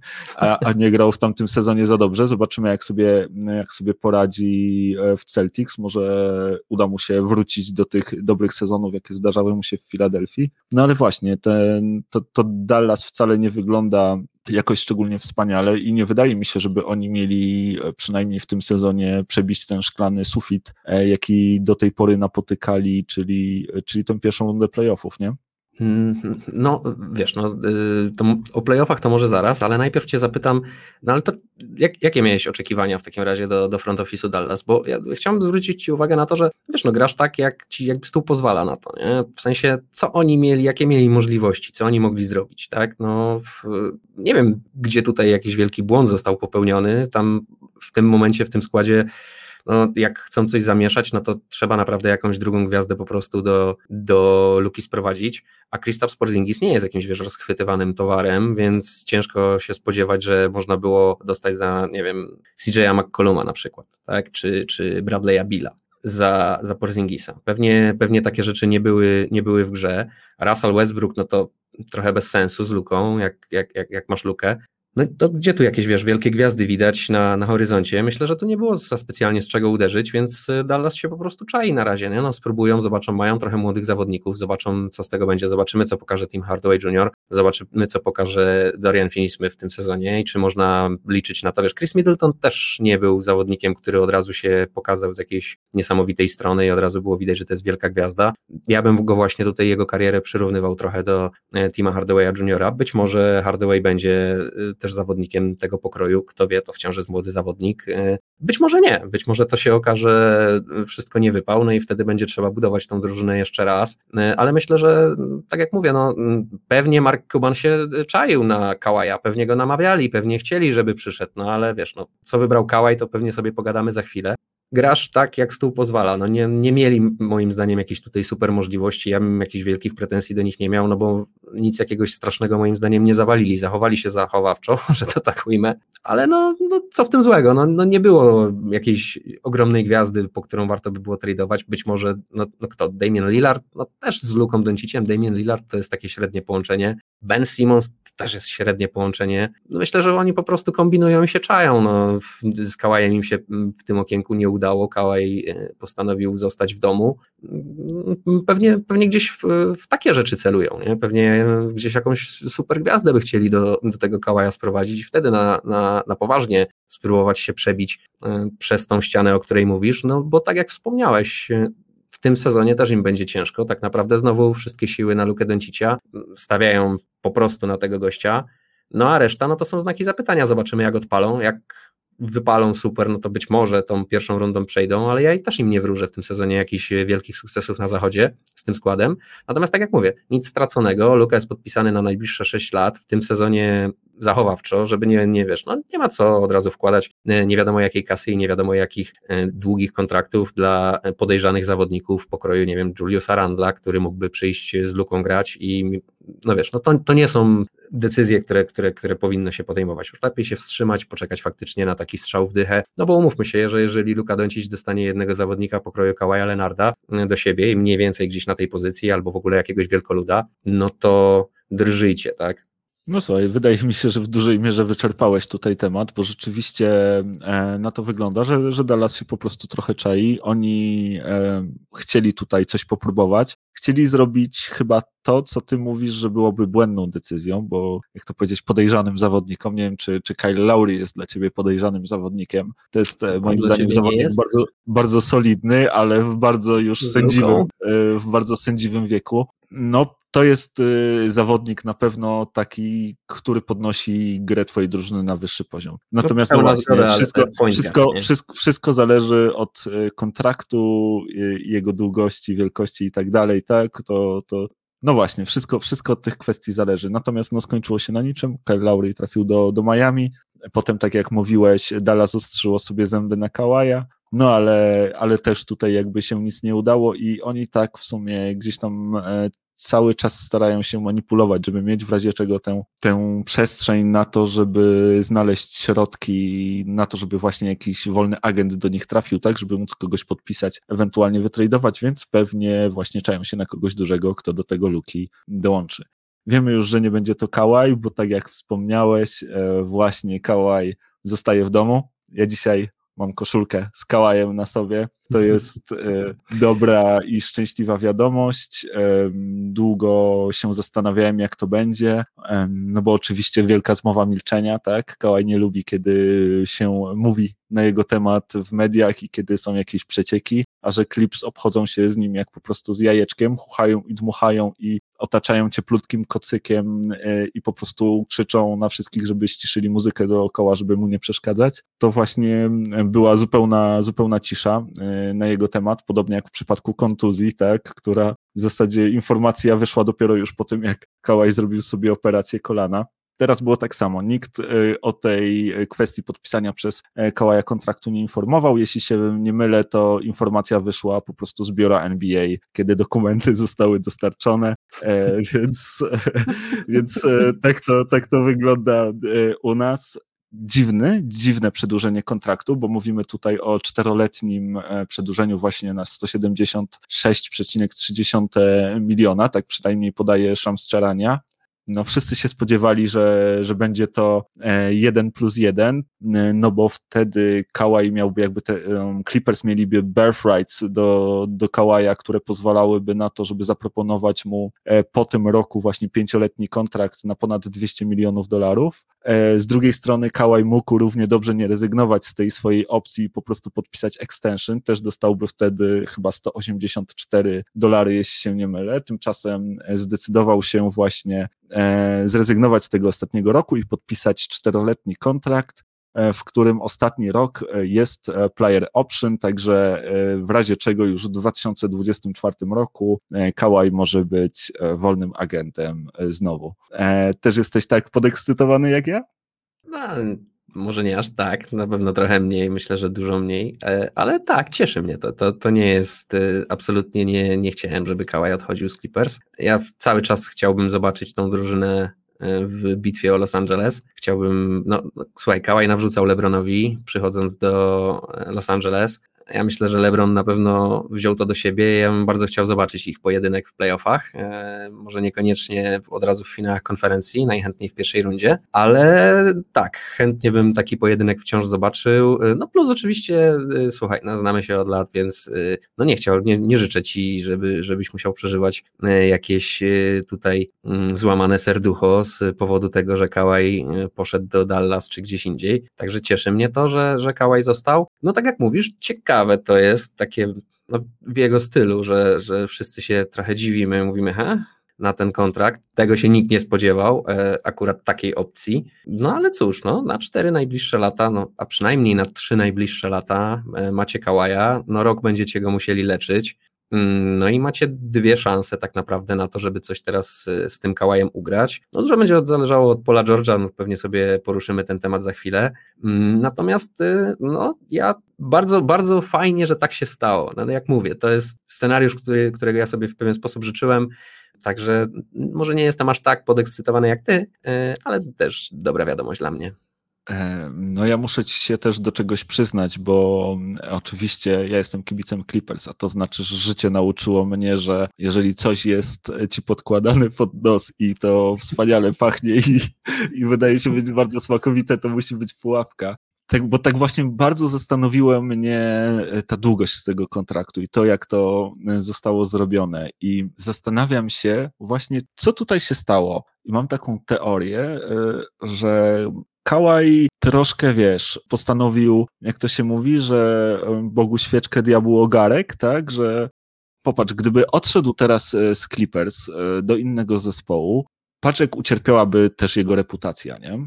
a, a nie grał w tamtym sezonie za dobrze. Zobaczymy, jak sobie, jak sobie poradzi w Celtics. Może uda mu się wrócić do tych dobrych sezonów, jakie zdarzały mu się w Filadelfii. No ale właśnie, ten, to, to Dallas wcale nie wygląda jakoś szczególnie wspaniale i nie wydaje mi się, żeby oni mieli przynajmniej w tym sezonie przebić ten szklany sufit, jaki do tej pory napotykali, czyli, czyli tę pierwszą rundę playoffów, nie? No wiesz, no, to o playoffach to może zaraz, ale najpierw cię zapytam, no ale to jak, jakie miałeś oczekiwania w takim razie do, do front office'u Dallas, bo ja chciałbym zwrócić ci uwagę na to, że wiesz, no grasz tak, jak ci jakby stół pozwala na to, nie? W sensie, co oni mieli, jakie mieli możliwości, co oni mogli zrobić, tak, no w, nie wiem, gdzie tutaj jakiś wielki błąd został popełniony, tam w tym momencie, w tym składzie, no, jak chcą coś zamieszać, no to trzeba naprawdę jakąś drugą gwiazdę po prostu do, do Luki sprowadzić, a Kristaps Porzingis nie jest jakimś, wiesz, rozchwytywanym towarem, więc ciężko się spodziewać, że można było dostać za, nie wiem, C J McColluma na przykład, tak, czy, czy Bradley'a Billa za, za Porzingisa. Pewnie, pewnie takie rzeczy nie były, nie były w grze. Russell Westbrook, no to trochę bez sensu z Luką, jak, jak, jak, jak masz Lukę. No to gdzie tu jakieś, wiesz, wielkie gwiazdy widać na, na horyzoncie? Myślę, że tu nie było za specjalnie z czego uderzyć, więc Dallas się po prostu czai na razie, nie? No spróbują, zobaczą, mają trochę młodych zawodników, zobaczą, co z tego będzie, zobaczymy, co pokaże Tim Hardaway junior, zobaczymy, co pokaże Dorian Finney-Smith w tym sezonie i czy można liczyć na to, wiesz, Chris Middleton też nie był zawodnikiem, który od razu się pokazał z jakiejś niesamowitej strony i od razu było widać, że to jest wielka gwiazda. Ja bym go właśnie tutaj, jego karierę przyrównywał trochę do Tima Hardawaya juniora. Być może Hardaway będzie też zawodnikiem tego pokroju. Kto wie, to wciąż jest młody zawodnik. Być może nie, być może to się okaże wszystko nie wypał, no i wtedy będzie trzeba budować tą drużynę jeszcze raz, ale myślę, że tak jak mówię, no pewnie Mark Cuban się czaił na Kawaja, pewnie go namawiali, pewnie chcieli, żeby przyszedł, no ale wiesz, no co wybrał Kawaj, to pewnie sobie pogadamy za chwilę. Grasz tak, jak stół pozwala. No nie, nie mieli moim zdaniem jakiejś tutaj super możliwości, ja bym jakichś wielkich pretensji do nich nie miał, no bo nic jakiegoś strasznego moim zdaniem nie zawalili, zachowali się zachowawczo, że to tak ujmę, ale no, no co w tym złego, no, no nie było jakiejś ogromnej gwiazdy, po którą warto by było tradeować, być może, no, no kto, Damian Lillard, no też z Luką Donciciem, Damian Lillard to jest takie średnie połączenie, Ben Simmons też jest średnie połączenie, no myślę, że oni po prostu kombinują i się czają, no z Kawajem im się w tym okienku nie udało, Kawaj postanowił zostać w domu, pewnie, pewnie gdzieś w, w takie rzeczy celują, nie? Pewnie gdzieś jakąś super gwiazdę by chcieli do, do tego Kawaja sprowadzić i wtedy na, na, na poważnie spróbować się przebić przez tą ścianę, o której mówisz, no bo tak jak wspomniałeś, w tym sezonie też im będzie ciężko, tak naprawdę znowu wszystkie siły na Lukę Doncicia stawiają po prostu na tego gościa, no a reszta no to są znaki zapytania, zobaczymy jak odpalą, jak wypalą super, no to być może tą pierwszą rundą przejdą, ale ja i też im nie wróżę w tym sezonie jakichś wielkich sukcesów na zachodzie z tym składem, natomiast tak jak mówię, nic straconego, Luka jest podpisany na najbliższe sześć lat, w tym sezonie zachowawczo, żeby nie, nie wiesz, no nie ma co od razu wkładać nie wiadomo jakiej kasy i nie wiadomo jakich długich kontraktów dla podejrzanych zawodników pokroju, nie wiem, Juliusa Randla, który mógłby przyjść z Luką grać i no wiesz, no to, to nie są decyzje, które, które, które powinno się podejmować. Już lepiej się wstrzymać, poczekać faktycznie na taki strzał w dychę, no bo umówmy się, że jeżeli Luka Doncic dostanie jednego zawodnika pokroju Kawaja Leonarda do siebie i mniej więcej gdzieś na tej pozycji albo w ogóle jakiegoś wielkoluda, no to drżyjcie, tak? No słuchaj, wydaje mi się, że w dużej mierze wyczerpałeś tutaj temat, bo rzeczywiście na to wygląda, że, że Dallas się po prostu trochę czai. Oni e, chcieli tutaj coś popróbować. Chcieli zrobić chyba to, co ty mówisz, że byłoby błędną decyzją, bo jak to powiedzieć, podejrzanym zawodnikom, nie wiem, czy, czy Kyle Lowry jest dla ciebie podejrzanym zawodnikiem. To jest moim dla zdaniem zawodnik bardzo, bardzo solidny, ale w bardzo już sędziwym, w bardzo sędziwym wieku. No, to jest y, zawodnik na pewno taki, który podnosi grę twojej drużyny na wyższy poziom. Natomiast no właśnie, zgoda, wszystko, point, wszystko, wszystko, wszystko zależy od y, kontraktu, y, jego długości, wielkości i tak dalej, tak? To, to no właśnie, wszystko, wszystko od tych kwestii zależy. Natomiast no, skończyło się na niczym. Kyle Lowry trafił do, do Miami. Potem, tak jak mówiłeś, Dallas ostrzyło sobie zęby na Kawaja. No ale, ale też tutaj jakby się nic nie udało i oni tak w sumie gdzieś tam e, cały czas starają się manipulować, żeby mieć w razie czego tę, tę przestrzeń na to, żeby znaleźć środki, na to, żeby właśnie jakiś wolny agent do nich trafił, tak, żeby móc kogoś podpisać, ewentualnie wytradować, więc pewnie właśnie czają się na kogoś dużego, kto do tego luki dołączy. Wiemy już, że nie będzie to Kawhi, bo tak jak wspomniałeś, e, właśnie Kawhi zostaje w domu. Ja dzisiaj mam koszulkę z Kawajem na sobie. To jest e, dobra i szczęśliwa wiadomość. E, długo się zastanawiałem, jak to będzie, e, no bo oczywiście wielka zmowa milczenia, tak? Kawaj nie lubi, kiedy się mówi na jego temat w mediach i kiedy są jakieś przecieki, a że Clips obchodzą się z nim jak po prostu z jajeczkiem, chuchają i dmuchają i otaczają cieplutkim kocykiem e, i po prostu krzyczą na wszystkich, żeby ściszyli muzykę dookoła, żeby mu nie przeszkadzać. To właśnie była zupełna, zupełna cisza e, na jego temat, podobnie jak w przypadku kontuzji, tak, która w zasadzie informacja wyszła dopiero już po tym, jak Kawhi zrobił sobie operację kolana. Teraz było tak samo. Nikt o tej kwestii podpisania przez Kawaja kontraktu nie informował. Jeśli się nie mylę, to informacja wyszła po prostu z biura N B A, kiedy dokumenty zostały dostarczone, więc, więc tak, to, tak to wygląda u nas. Dziwny, dziwne przedłużenie kontraktu, bo mówimy tutaj o czteroletnim przedłużeniu właśnie na sto siedemdziesiąt sześć przecinek trzy miliona, tak przynajmniej podaje Shams Charania. No wszyscy się spodziewali, że, że będzie to jeden plus jeden, no bo wtedy Kawhi miałby jakby te, um, Clippers mieliby birthrights do, do Kawaja, które pozwalałyby na to, żeby zaproponować mu po tym roku właśnie pięcioletni kontrakt na ponad dwieście milionów dolarów. Z drugiej strony Kawhi mógł równie dobrze nie rezygnować z tej swojej opcji i po prostu podpisać extension, też dostałby wtedy chyba sto osiemdziesiąt cztery dolary, jeśli się nie mylę. Tymczasem zdecydował się właśnie zrezygnować z tego ostatniego roku i podpisać czteroletni kontrakt, w którym ostatni rok jest player option, także w razie czego już w dwa tysiące dwudziestym czwartym roku Kawhi może być wolnym agentem znowu. Też jesteś tak podekscytowany jak ja? No, może nie aż tak, na pewno trochę mniej, myślę, że dużo mniej, ale tak, cieszy mnie to. To, to nie jest, absolutnie nie, nie chciałem, żeby Kawhi odchodził z Clippers. Ja cały czas chciałbym zobaczyć tą drużynę w bitwie o Los Angeles. Chciałbym, no, no słuchaj, Kawhi nawrzucał LeBronowi, przychodząc do Los Angeles. Ja myślę, że LeBron na pewno wziął to do siebie. Ja bym bardzo chciał zobaczyć ich pojedynek w playoffach. E, może niekoniecznie od razu w finałach konferencji, najchętniej w pierwszej rundzie, ale tak, chętnie bym taki pojedynek wciąż zobaczył. No plus oczywiście, e, słuchaj, no, znamy się od lat, więc e, no nie chciał, nie, nie życzę ci, żeby, żebyś musiał przeżywać e, jakieś e, tutaj m, złamane serducho z powodu tego, że Kawhi poszedł do Dallas czy gdzieś indziej. Także cieszy mnie to, że, że Kawhi został. No tak jak mówisz, ciekawe to jest takie no, w jego stylu, że, że wszyscy się trochę dziwimy, mówimy he, na ten kontrakt, tego się nikt nie spodziewał, e, akurat takiej opcji, no ale cóż, no, na cztery najbliższe lata, no, a przynajmniej na trzy najbliższe lata e, macie Kawaja, no rok będziecie go musieli leczyć, no i macie dwie szanse tak naprawdę na to, żeby coś teraz z tym Kawajem ugrać. No dużo będzie zależało od Paula George'a, no pewnie sobie poruszymy ten temat za chwilę. Natomiast no ja bardzo, bardzo fajnie, że tak się stało. No jak mówię, to jest scenariusz, który, którego ja sobie w pewien sposób życzyłem, także może nie jestem aż tak podekscytowany jak ty, ale też dobra wiadomość dla mnie. No ja muszę ci się też do czegoś przyznać, bo oczywiście ja jestem kibicem Clippers, a to znaczy, że życie nauczyło mnie, że jeżeli coś jest ci podkładane pod nos i to wspaniale pachnie i, i wydaje się być bardzo smakowite, to musi być pułapka. Tak, bo tak właśnie bardzo zastanowiła mnie ta długość tego kontraktu i to, jak to zostało zrobione. I zastanawiam się właśnie, co tutaj się stało. I mam taką teorię, że Kawhi troszkę, wiesz, postanowił, jak to się mówi, że Bogu świeczkę, diabłu ogarek, tak, że popatrz, gdyby odszedł teraz z Clippers do innego zespołu, patrz, jak ucierpiałaby też jego reputacja, nie?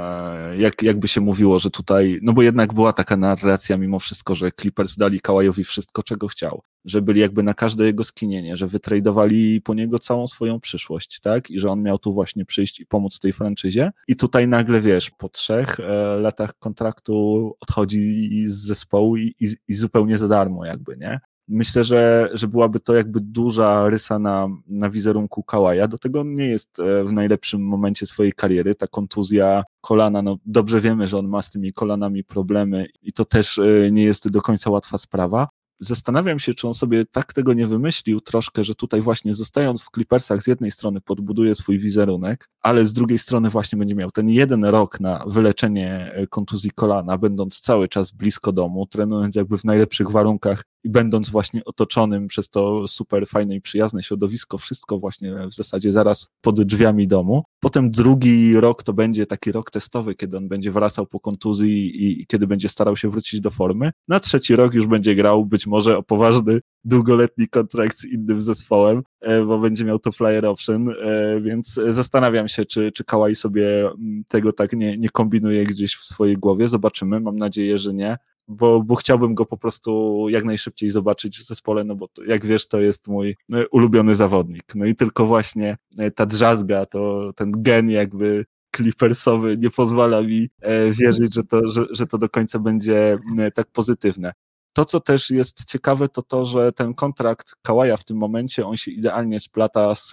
Jak, jakby się mówiło, że tutaj, no bo jednak była taka narracja mimo wszystko, że Clippers dali Kawhiowi wszystko, czego chciał, że byli jakby na każde jego skinienie, że wytradowali po niego całą swoją przyszłość, tak? I że on miał tu właśnie przyjść i pomóc tej franczyzie. I tutaj nagle, wiesz, po trzech latach kontraktu odchodzi z zespołu i, i, i zupełnie za darmo jakby, nie? Myślę, że, że byłaby to jakby duża rysa na, na wizerunku Kawaja. Do tego on nie jest w najlepszym momencie swojej kariery. Ta kontuzja kolana, no dobrze wiemy, że on ma z tymi kolanami problemy i to też nie jest do końca łatwa sprawa. Zastanawiam się, czy on sobie tak tego nie wymyślił troszkę, że tutaj właśnie zostając w Clippersach z jednej strony podbuduje swój wizerunek, ale z drugiej strony właśnie będzie miał ten jeden rok na wyleczenie kontuzji kolana, będąc cały czas blisko domu, trenując jakby w najlepszych warunkach i będąc właśnie otoczonym przez to super fajne i przyjazne środowisko, wszystko właśnie w zasadzie zaraz pod drzwiami domu. Potem drugi rok to będzie taki rok testowy, kiedy on będzie wracał po kontuzji i, i kiedy będzie starał się wrócić do formy. Na trzeci rok już będzie grał być może o poważny, długoletni kontrakt z innym zespołem, bo będzie miał to flyer option, więc zastanawiam się, czy, czy Kawhi sobie tego tak nie, nie kombinuje gdzieś w swojej głowie. Zobaczymy, mam nadzieję, że nie. Bo, bo chciałbym go po prostu jak najszybciej zobaczyć w zespole, no bo to, jak wiesz, to jest mój ulubiony zawodnik. No i tylko właśnie ta drzazga, to ten gen jakby Clippersowy nie pozwala mi wierzyć, że to, że, że to do końca będzie tak pozytywne. To, co też jest ciekawe, to to, że ten kontrakt Kawaja w tym momencie, on się idealnie splata z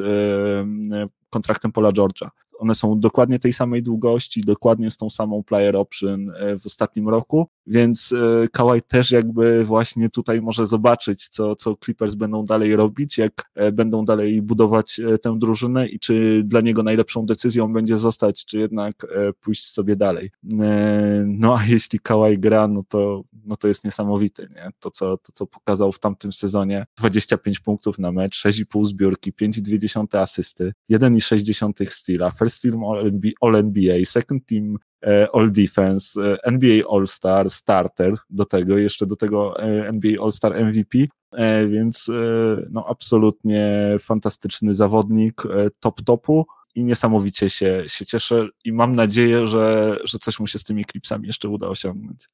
kontraktem Paula George'a. One są dokładnie tej samej długości, dokładnie z tą samą player option w ostatnim roku, więc Kawhi też jakby właśnie tutaj może zobaczyć, co, co Clippers będą dalej robić, jak będą dalej budować tę drużynę i czy dla niego najlepszą decyzją będzie zostać, czy jednak pójść sobie dalej. No a jeśli Kawhi gra, no to, no to jest niesamowity, nie? To, co, to, co pokazał w tamtym sezonie, dwadzieścia pięć punktów na mecz, sześć i pół zbiórki, pięć i dwie dziesiąte asysty, jeden i sześć dziesiątych steala, First Team All-N B A, Second Team All Defense, N B A All-Star, Starter do tego, jeszcze do tego N B A All-Star M V P, więc no absolutnie fantastyczny zawodnik top topu i niesamowicie się, się cieszę i mam nadzieję, że, że coś mu się z tymi Clipsami jeszcze uda osiągnąć.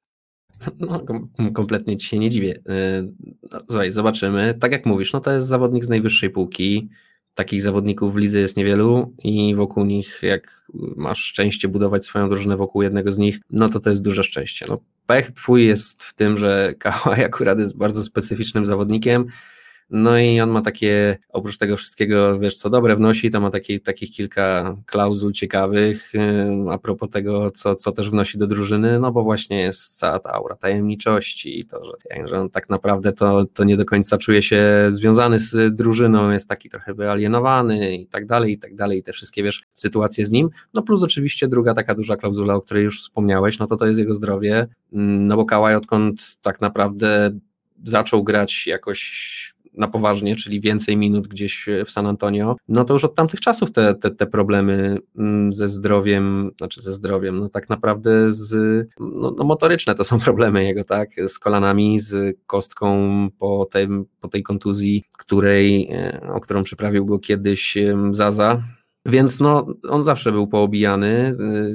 No, kompletnie ci się nie dziwię. No, słuchaj, zobaczymy. Tak jak mówisz, no to jest zawodnik z najwyższej półki. Takich zawodników w lidze jest niewielu i wokół nich, jak masz szczęście budować swoją drużynę wokół jednego z nich, no to to jest duże szczęście. No, pech twój jest w tym, że Kawhi akurat jest bardzo specyficznym zawodnikiem, no i on ma takie, oprócz tego wszystkiego, wiesz, co dobre wnosi, to ma takie, takich kilka klauzul ciekawych a propos tego, co, co też wnosi do drużyny, no bo właśnie jest cała ta aura tajemniczości i to, że, że on tak naprawdę to, to nie do końca czuje się związany z drużyną, jest taki trochę wyalienowany i tak dalej, i tak dalej, i te wszystkie, wiesz, sytuacje z nim, no plus oczywiście druga taka duża klauzula, o której już wspomniałeś, no to to jest jego zdrowie, no bo Kawhi odkąd tak naprawdę zaczął grać jakoś na poważnie, czyli więcej minut gdzieś w San Antonio, no to już od tamtych czasów te, te, te problemy ze zdrowiem, znaczy ze zdrowiem, no tak naprawdę z, no, no motoryczne to są problemy jego, tak, z kolanami, z kostką po, tym, po tej kontuzji, której, o którą przyprawił go kiedyś Zaza. Więc no, on zawsze był poobijany,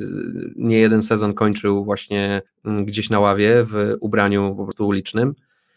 nie jeden sezon kończył właśnie gdzieś na ławie w ubraniu po prostu ulicznym.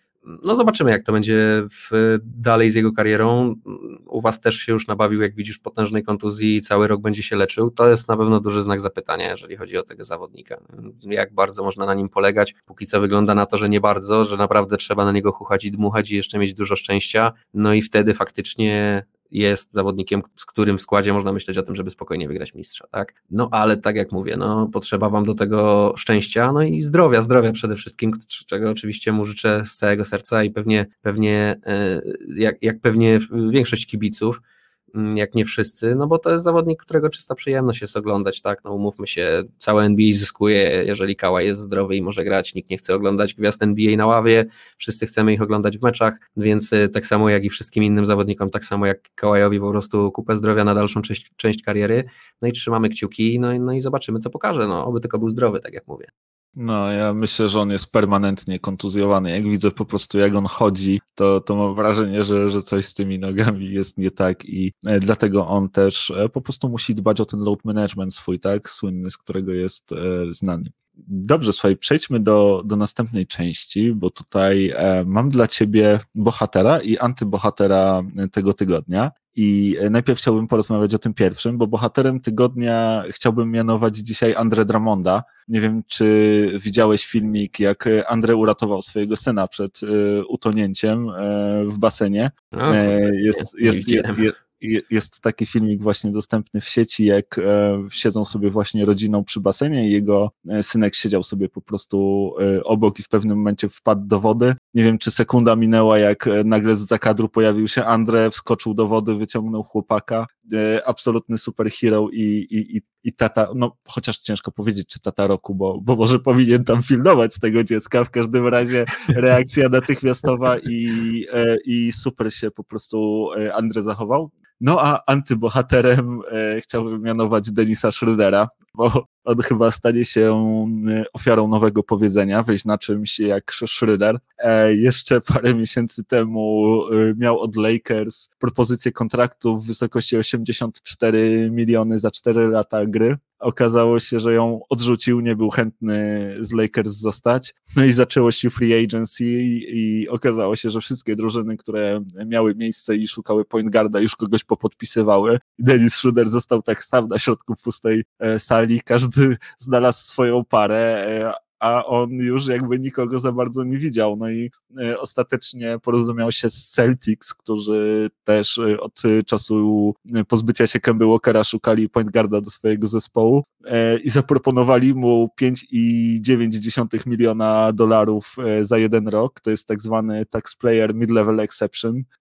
No zobaczymy, jak to będzie w, dalej z jego karierą. U was też się już nabawił, jak widzisz, potężnej kontuzji i cały rok będzie się leczył. To jest na pewno duży znak zapytania, jeżeli chodzi o tego zawodnika. Jak bardzo można na nim polegać? Póki co wygląda na to, że nie bardzo, że naprawdę trzeba na niego chuchać i dmuchać i jeszcze mieć dużo szczęścia. No i wtedy faktycznie jest zawodnikiem, z którym w składzie można myśleć o tym, żeby spokojnie wygrać mistrza, tak? No ale tak jak mówię, no potrzeba wam do tego szczęścia, no i zdrowia, zdrowia przede wszystkim, czego oczywiście mu życzę z całego serca i pewnie, pewnie jak, jak pewnie większość kibiców, jak nie wszyscy, no bo to jest zawodnik, którego czysta przyjemność jest oglądać, tak, no umówmy się, całe N B A zyskuje, jeżeli Kawhi jest zdrowy i może grać, nikt nie chce oglądać gwiazd N B A na ławie, wszyscy chcemy ich oglądać w meczach, więc tak samo jak i wszystkim innym zawodnikom, tak samo jak Kawhiowi po prostu kupę zdrowia na dalszą część, część kariery, no i trzymamy kciuki, no, no i zobaczymy, co pokaże, no oby tylko był zdrowy, tak jak mówię. No, ja myślę, że on jest permanentnie kontuzjowany. Jak widzę po prostu, jak on chodzi, to, to mam wrażenie, że, że coś z tymi nogami jest nie tak i dlatego on też po prostu musi dbać o ten load management swój, tak, słynny, z którego jest e, znany. Dobrze, słuchaj, przejdźmy do, do następnej części, bo tutaj e, mam dla ciebie bohatera i antybohatera tego tygodnia. I najpierw chciałbym porozmawiać o tym pierwszym, bo bohaterem tygodnia chciałbym mianować dzisiaj Andre Drummonda. Nie wiem, czy widziałeś filmik, jak Andre uratował swojego syna przed y, utonięciem y, w basenie. O, y, jest, jest, jest, jest, jest taki filmik właśnie dostępny w sieci, jak e, siedzą sobie właśnie rodziną przy basenie i jego synek siedział sobie po prostu e, obok i w pewnym momencie wpadł do wody. Nie wiem, czy sekunda minęła, jak nagle z zakadru pojawił się Andre, wskoczył do wody, wyciągnął chłopaka. E, absolutny superhero i, i, i, i tata, no chociaż ciężko powiedzieć, czy tata roku, bo, bo może powinien tam filmować z tego dziecka. W każdym razie reakcja natychmiastowa i, e, i super się po prostu Andre zachował. No a antybohaterem e, chciałbym mianować Dennisa Schrödera, bo on chyba stanie się ofiarą nowego powiedzenia, wyjść na czymś jak Schröder. E, jeszcze parę miesięcy temu e, miał od Lakers propozycję kontraktu w wysokości osiemdziesiąt cztery miliony za cztery lata gry. Okazało się, że ją odrzucił, nie był chętny z Lakers zostać. No i zaczęło się free agency i, i okazało się, że wszystkie drużyny, które miały miejsce i szukały point guarda, już kogoś popodpisywały. Dennis Schröder został tak sam na środku pustej e, sali, każdy znalazł swoją parę, e, a on już jakby nikogo za bardzo nie widział. No i e, ostatecznie porozumiał się z Celtics, którzy też e, od czasu pozbycia się Kemby Walkera szukali point guarda do swojego zespołu e, i zaproponowali mu pięć i dziewięć dziesiątych miliona dolarów e, za jeden rok. To jest tak zwany taxpayer mid-level exception.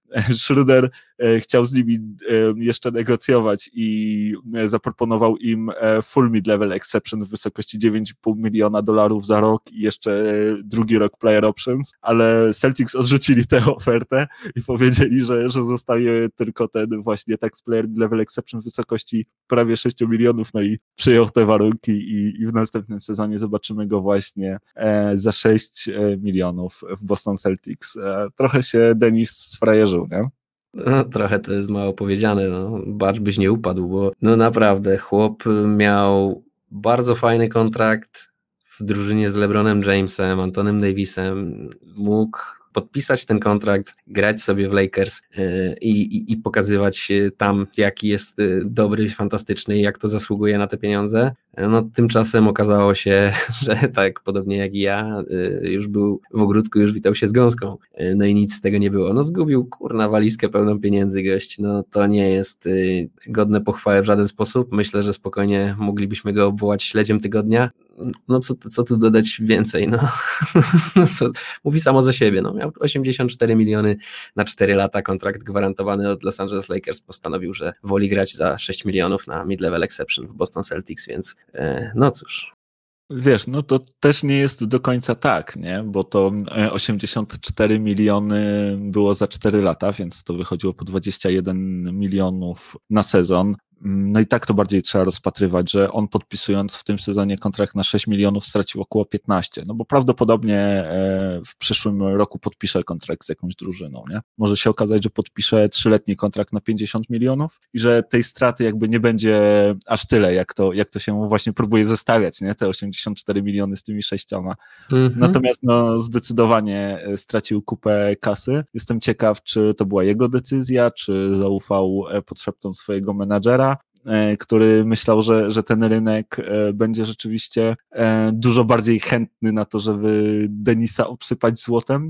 Schroeder chciał z nimi jeszcze negocjować i zaproponował im full mid-level exception w wysokości dziewięć i pół miliona dolarów za rok i jeszcze drugi rok player options, ale Celtics odrzucili tę ofertę i powiedzieli, że, że zostaje tylko ten właśnie tax player mid-level exception w wysokości prawie sześć milionów, no i przyjął te warunki i, i w następnym sezonie zobaczymy go właśnie za sześć milionów w Boston Celtics. Trochę się Dennis sfrajerzył, nie? No, trochę to jest mało powiedziane, no, bacz byś nie upadł, bo no naprawdę chłop miał bardzo fajny kontrakt w drużynie z LeBronem Jamesem, Antonym Davisem, mógł podpisać ten kontrakt, grać sobie w Lakers i, i, i pokazywać tam, jaki jest dobry, fantastyczny i jak to zasługuje na te pieniądze. No tymczasem okazało się, że tak podobnie jak i ja, już był w ogródku, już witał się z gąską. No i nic z tego nie było. No zgubił kurna walizkę pełną pieniędzy gość. No to nie jest godne pochwały w żaden sposób. Myślę, że spokojnie moglibyśmy go obwołać śledziem tygodnia. No co, co tu dodać więcej, no. co, mówi samo za siebie, no miał osiemdziesiąt cztery miliony na cztery lata, kontrakt gwarantowany od Los Angeles Lakers, postanowił, że woli grać za sześć milionów na mid-level exception w Boston Celtics, więc e, no cóż. Wiesz, no to też nie jest do końca tak, nie? Bo to osiemdziesiąt cztery miliony było za cztery lata, więc to wychodziło po dwadzieścia jeden milionów na sezon. No i tak to bardziej trzeba rozpatrywać, że on podpisując w tym sezonie kontrakt na sześć milionów stracił około piętnaście, no bo prawdopodobnie w przyszłym roku podpisze kontrakt z jakąś drużyną, nie? Może się okazać, że podpisze trzyletni kontrakt na pięćdziesiąt milionów i że tej straty jakby nie będzie aż tyle, jak to, jak to się właśnie próbuje zestawiać, nie? Te osiemdziesiąt cztery miliony z tymi sześcioma. Mm-hmm. Natomiast no zdecydowanie stracił kupę kasy. Jestem ciekaw, czy to była jego decyzja, czy zaufał podszeptom swojego menadżera, który myślał, że, że ten rynek będzie rzeczywiście dużo bardziej chętny na to, żeby Denisa obsypać złotem.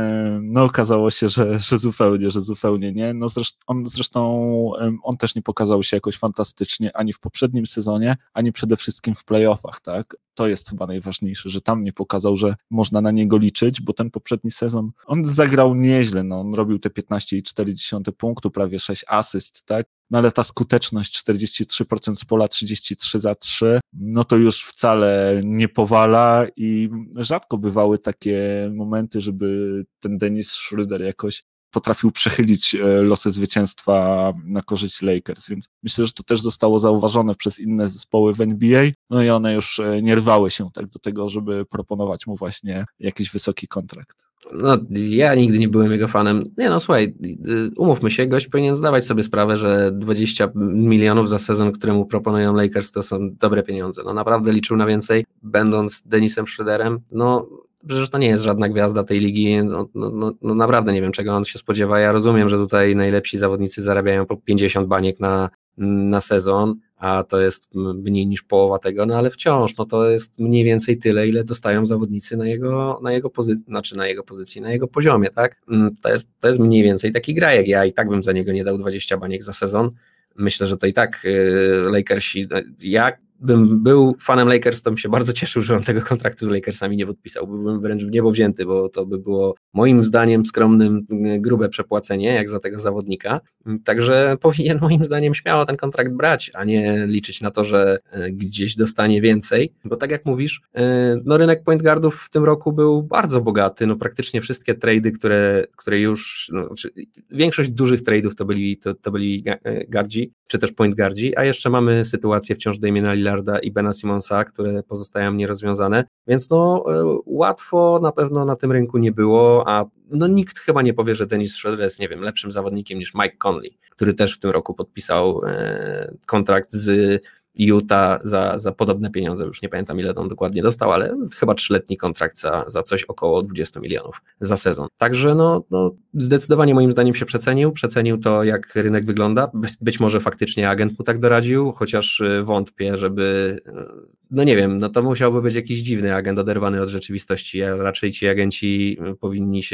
No okazało się, że, że zupełnie, że zupełnie nie. No zresztą on, zresztą on też nie pokazał się jakoś fantastycznie ani w poprzednim sezonie, ani przede wszystkim w playoffach, tak? To jest chyba najważniejsze, że tam nie pokazał, że można na niego liczyć, bo ten poprzedni sezon, on zagrał nieźle, no on robił te piętnaście i cztery dziesiąte punktu, prawie sześć asyst, tak? No ale ta skuteczność czterdzieści trzy procent z pola, trzydzieści trzy za trzy, no to już wcale nie powala i rzadko bywały takie momenty, żeby ten Dennis Schroeder jakoś potrafił przechylić losy zwycięstwa na korzyść Lakers, więc myślę, że to też zostało zauważone przez inne zespoły w N B A, no i one już nie rwały się tak do tego, żeby proponować mu właśnie jakiś wysoki kontrakt. No, ja nigdy nie byłem jego fanem. Nie no, słuchaj, umówmy się, gość powinien zdawać sobie sprawę, że dwadzieścia milionów za sezon, któremu proponują Lakers, to są dobre pieniądze. No naprawdę liczył na więcej, będąc Denisem Schroederem. No przecież to nie jest żadna gwiazda tej ligi, no, no, no, no naprawdę nie wiem, czego on się spodziewa. Ja rozumiem, że tutaj najlepsi zawodnicy zarabiają po pięćdziesiąt baniek na, na sezon, a to jest mniej niż połowa tego, no ale wciąż, no to jest mniej więcej tyle, ile dostają zawodnicy na jego, na jego pozycji, znaczy na jego pozycji, na jego poziomie, tak? To jest, to jest mniej więcej taki grajek, ja i tak bym za niego nie dał dwadzieścia baniek za sezon. Myślę, że to i tak yy, Lakersi, ja bym był fanem Lakers, to bym się bardzo cieszył, że on tego kontraktu z Lakersami nie podpisał. Byłbym wręcz w niebo wzięty, bo to by było moim zdaniem skromnym, grube przepłacenie, jak za tego zawodnika. Także powinien moim zdaniem śmiało ten kontrakt brać, a nie liczyć na to, że gdzieś dostanie więcej. Bo tak jak mówisz, no rynek point guardów w tym roku był bardzo bogaty. No praktycznie wszystkie trady, które, które już, no, większość dużych tradeów to byli, to, to byli gardzi, czy też point guardzi, a jeszcze mamy sytuację wciąż Damiana Lillarda i Bena Simonsa, które pozostają nierozwiązane, więc no łatwo na pewno na tym rynku nie było, a no nikt chyba nie powie, że Dennis Schroeder jest, nie wiem, lepszym zawodnikiem niż Mike Conley, który też w tym roku podpisał e, kontrakt z Utah za, za podobne pieniądze, już nie pamiętam ile on dokładnie dostał, ale chyba trzyletni kontrakt za, za coś około dwadzieścia milionów za sezon. Także no, no zdecydowanie moim zdaniem się przecenił, przecenił to jak rynek wygląda, By, być może faktycznie agent mu tak doradził, chociaż wątpię, żeby, no nie wiem, no to musiałby być jakiś dziwny agent oderwany od rzeczywistości, a raczej ci agenci powinni się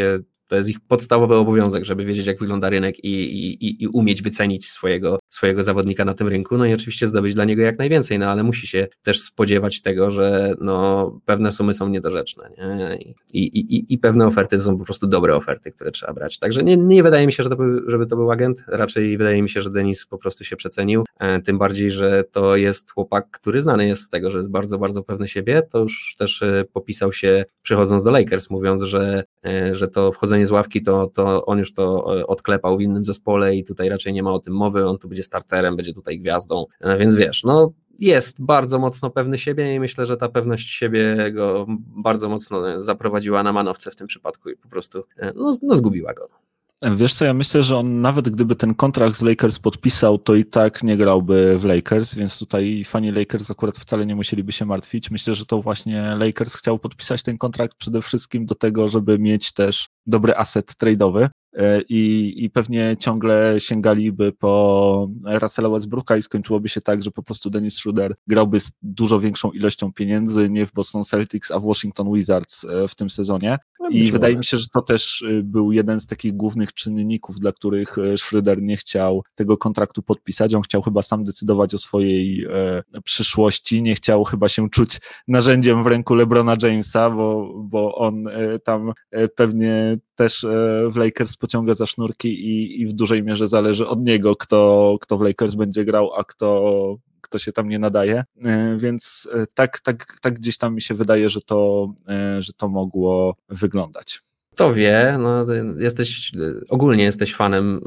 To jest ich podstawowy obowiązek, żeby wiedzieć, jak wygląda rynek i, i, i umieć wycenić swojego, swojego zawodnika na tym rynku, no i oczywiście zdobyć dla niego jak najwięcej, no ale musi się też spodziewać tego, że no, pewne sumy są niedorzeczne, nie? I, i, i pewne oferty są po prostu dobre oferty, które trzeba brać. Także nie, nie wydaje mi się, że to był, żeby to był agent, raczej wydaje mi się, że Denis po prostu się przecenił, e, tym bardziej, że to jest chłopak, który znany jest z tego, że jest bardzo, bardzo pewny siebie, to już też e, popisał się przychodząc do Lakers, mówiąc, że, e, że to wchodzenie z ławki, to, to on już to odklepał w innym zespole i tutaj raczej nie ma o tym mowy, on tu będzie starterem, będzie tutaj gwiazdą, e, więc wiesz, no jest bardzo mocno pewny siebie i myślę, że ta pewność siebie go bardzo mocno zaprowadziła na manowce w tym przypadku i po prostu no, no zgubiła go. Wiesz co, ja myślę, że on nawet gdyby ten kontrakt z Lakers podpisał, to i tak nie grałby w Lakers, więc tutaj fani Lakers akurat wcale nie musieliby się martwić. Myślę, że to właśnie Lakers chciał podpisać ten kontrakt przede wszystkim do tego, żeby mieć też dobry asset trade'owy. I, i pewnie ciągle sięgaliby po Russella Westbrooka i skończyłoby się tak, że po prostu Dennis Schroeder grałby z dużo większą ilością pieniędzy, nie w Boston Celtics, a w Washington Wizards w tym sezonie. No, I wydaje może. mi się, że to też był jeden z takich głównych czynników, dla których Schroeder nie chciał tego kontraktu podpisać. On chciał chyba sam decydować o swojej e, przyszłości, nie chciał chyba się czuć narzędziem w ręku LeBrona Jamesa, bo, bo on e, tam e, pewnie też e, w Lakers pociąga za sznurki i, i w dużej mierze zależy od niego, kto, kto w Lakers będzie grał, a kto, kto się tam nie nadaje, więc tak, tak, tak gdzieś tam mi się wydaje, że to, że to mogło wyglądać. Kto wie, no, jesteś, ogólnie jesteś fanem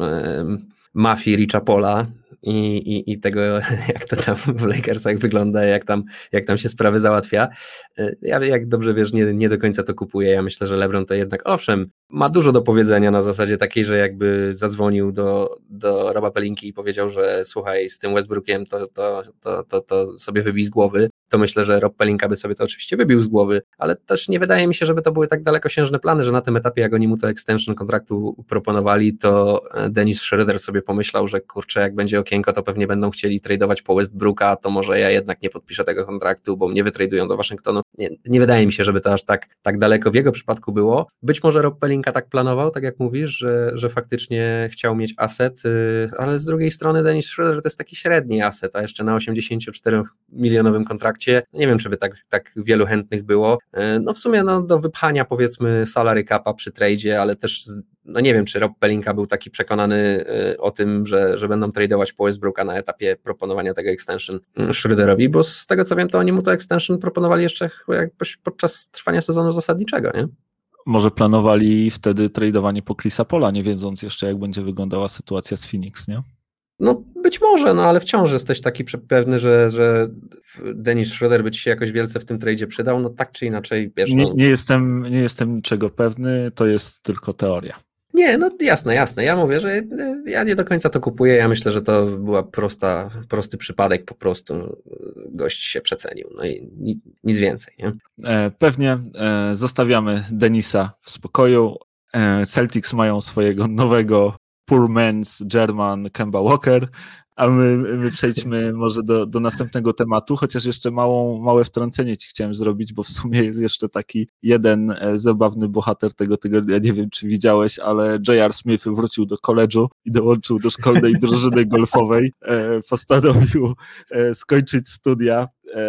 mafii Richa Paula i, i, i tego, jak to tam w Lakersach wygląda, jak tam, jak tam się sprawy załatwia. Ja, jak dobrze wiesz, nie, nie do końca to kupuję. Ja myślę, że LeBron to jednak, owszem, ma dużo do powiedzenia na zasadzie takiej, że jakby zadzwonił do, do Roba Pelinki i powiedział, że słuchaj, z tym Westbrookiem to, to, to, to, to sobie wybij z głowy, to myślę, że Rob Pelinka by sobie to oczywiście wybił z głowy, ale też nie wydaje mi się, żeby to były tak dalekosiężne plany, że na tym etapie, jak oni mu to extension kontraktu proponowali, to Dennis Schroeder sobie pomyślał, że kurczę, jak będzie okienko, to pewnie będą chcieli tradeować po Westbrooka, to może ja jednak nie podpiszę tego kontraktu, bo mnie wytradują do Waszyngtonu. Nie, nie wydaje mi się, żeby to aż tak, tak daleko w jego przypadku było. Być może Rob Pelinka tak planował, tak jak mówisz, że, że faktycznie chciał mieć aset, ale z drugiej strony Dennis Schroeder to jest taki średni aset, a jeszcze na osiemdziesięcioczteromilionowym kontrakcie, nie wiem, czy by tak, tak wielu chętnych było. No w sumie no, do wypchania powiedzmy salary capa przy tradzie, ale też no nie wiem, czy Rob Pelinka był taki przekonany o tym, że, że będą tradeować po Westbrooka na etapie proponowania tego extension Schroederowi, bo z tego co wiem, to oni mu to extension proponowali jeszcze jakoś podczas trwania sezonu zasadniczego, nie? Może planowali wtedy tradeowanie po Chrisa Paula, nie wiedząc jeszcze, jak będzie wyglądała sytuacja z Phoenix, nie? No być może, no ale wciąż jesteś taki pewny, że, że Dennis Schroeder by ci się jakoś wielce w tym tradzie przydał, no tak czy inaczej, wiesz. Nie, no... nie, jestem, nie jestem niczego pewny, to jest tylko teoria. Nie, no jasne, jasne. Ja mówię, że ja nie do końca to kupuję. Ja myślę, że to była prosta, prosty przypadek, po prostu gość się przecenił. No i nic więcej. Nie? Pewnie zostawiamy Denisa w spokoju. Celtics mają swojego nowego poor man's German Kemba Walker, a my, my przejdźmy może do, do następnego tematu, chociaż jeszcze małą, małe wtrącenie ci chciałem zrobić, bo w sumie jest jeszcze taki jeden zabawny bohater tego tygodnia, nie wiem czy widziałeś, ale J R. Smith wrócił do college'u i dołączył do szkolnej drużyny golfowej, postanowił skończyć studia,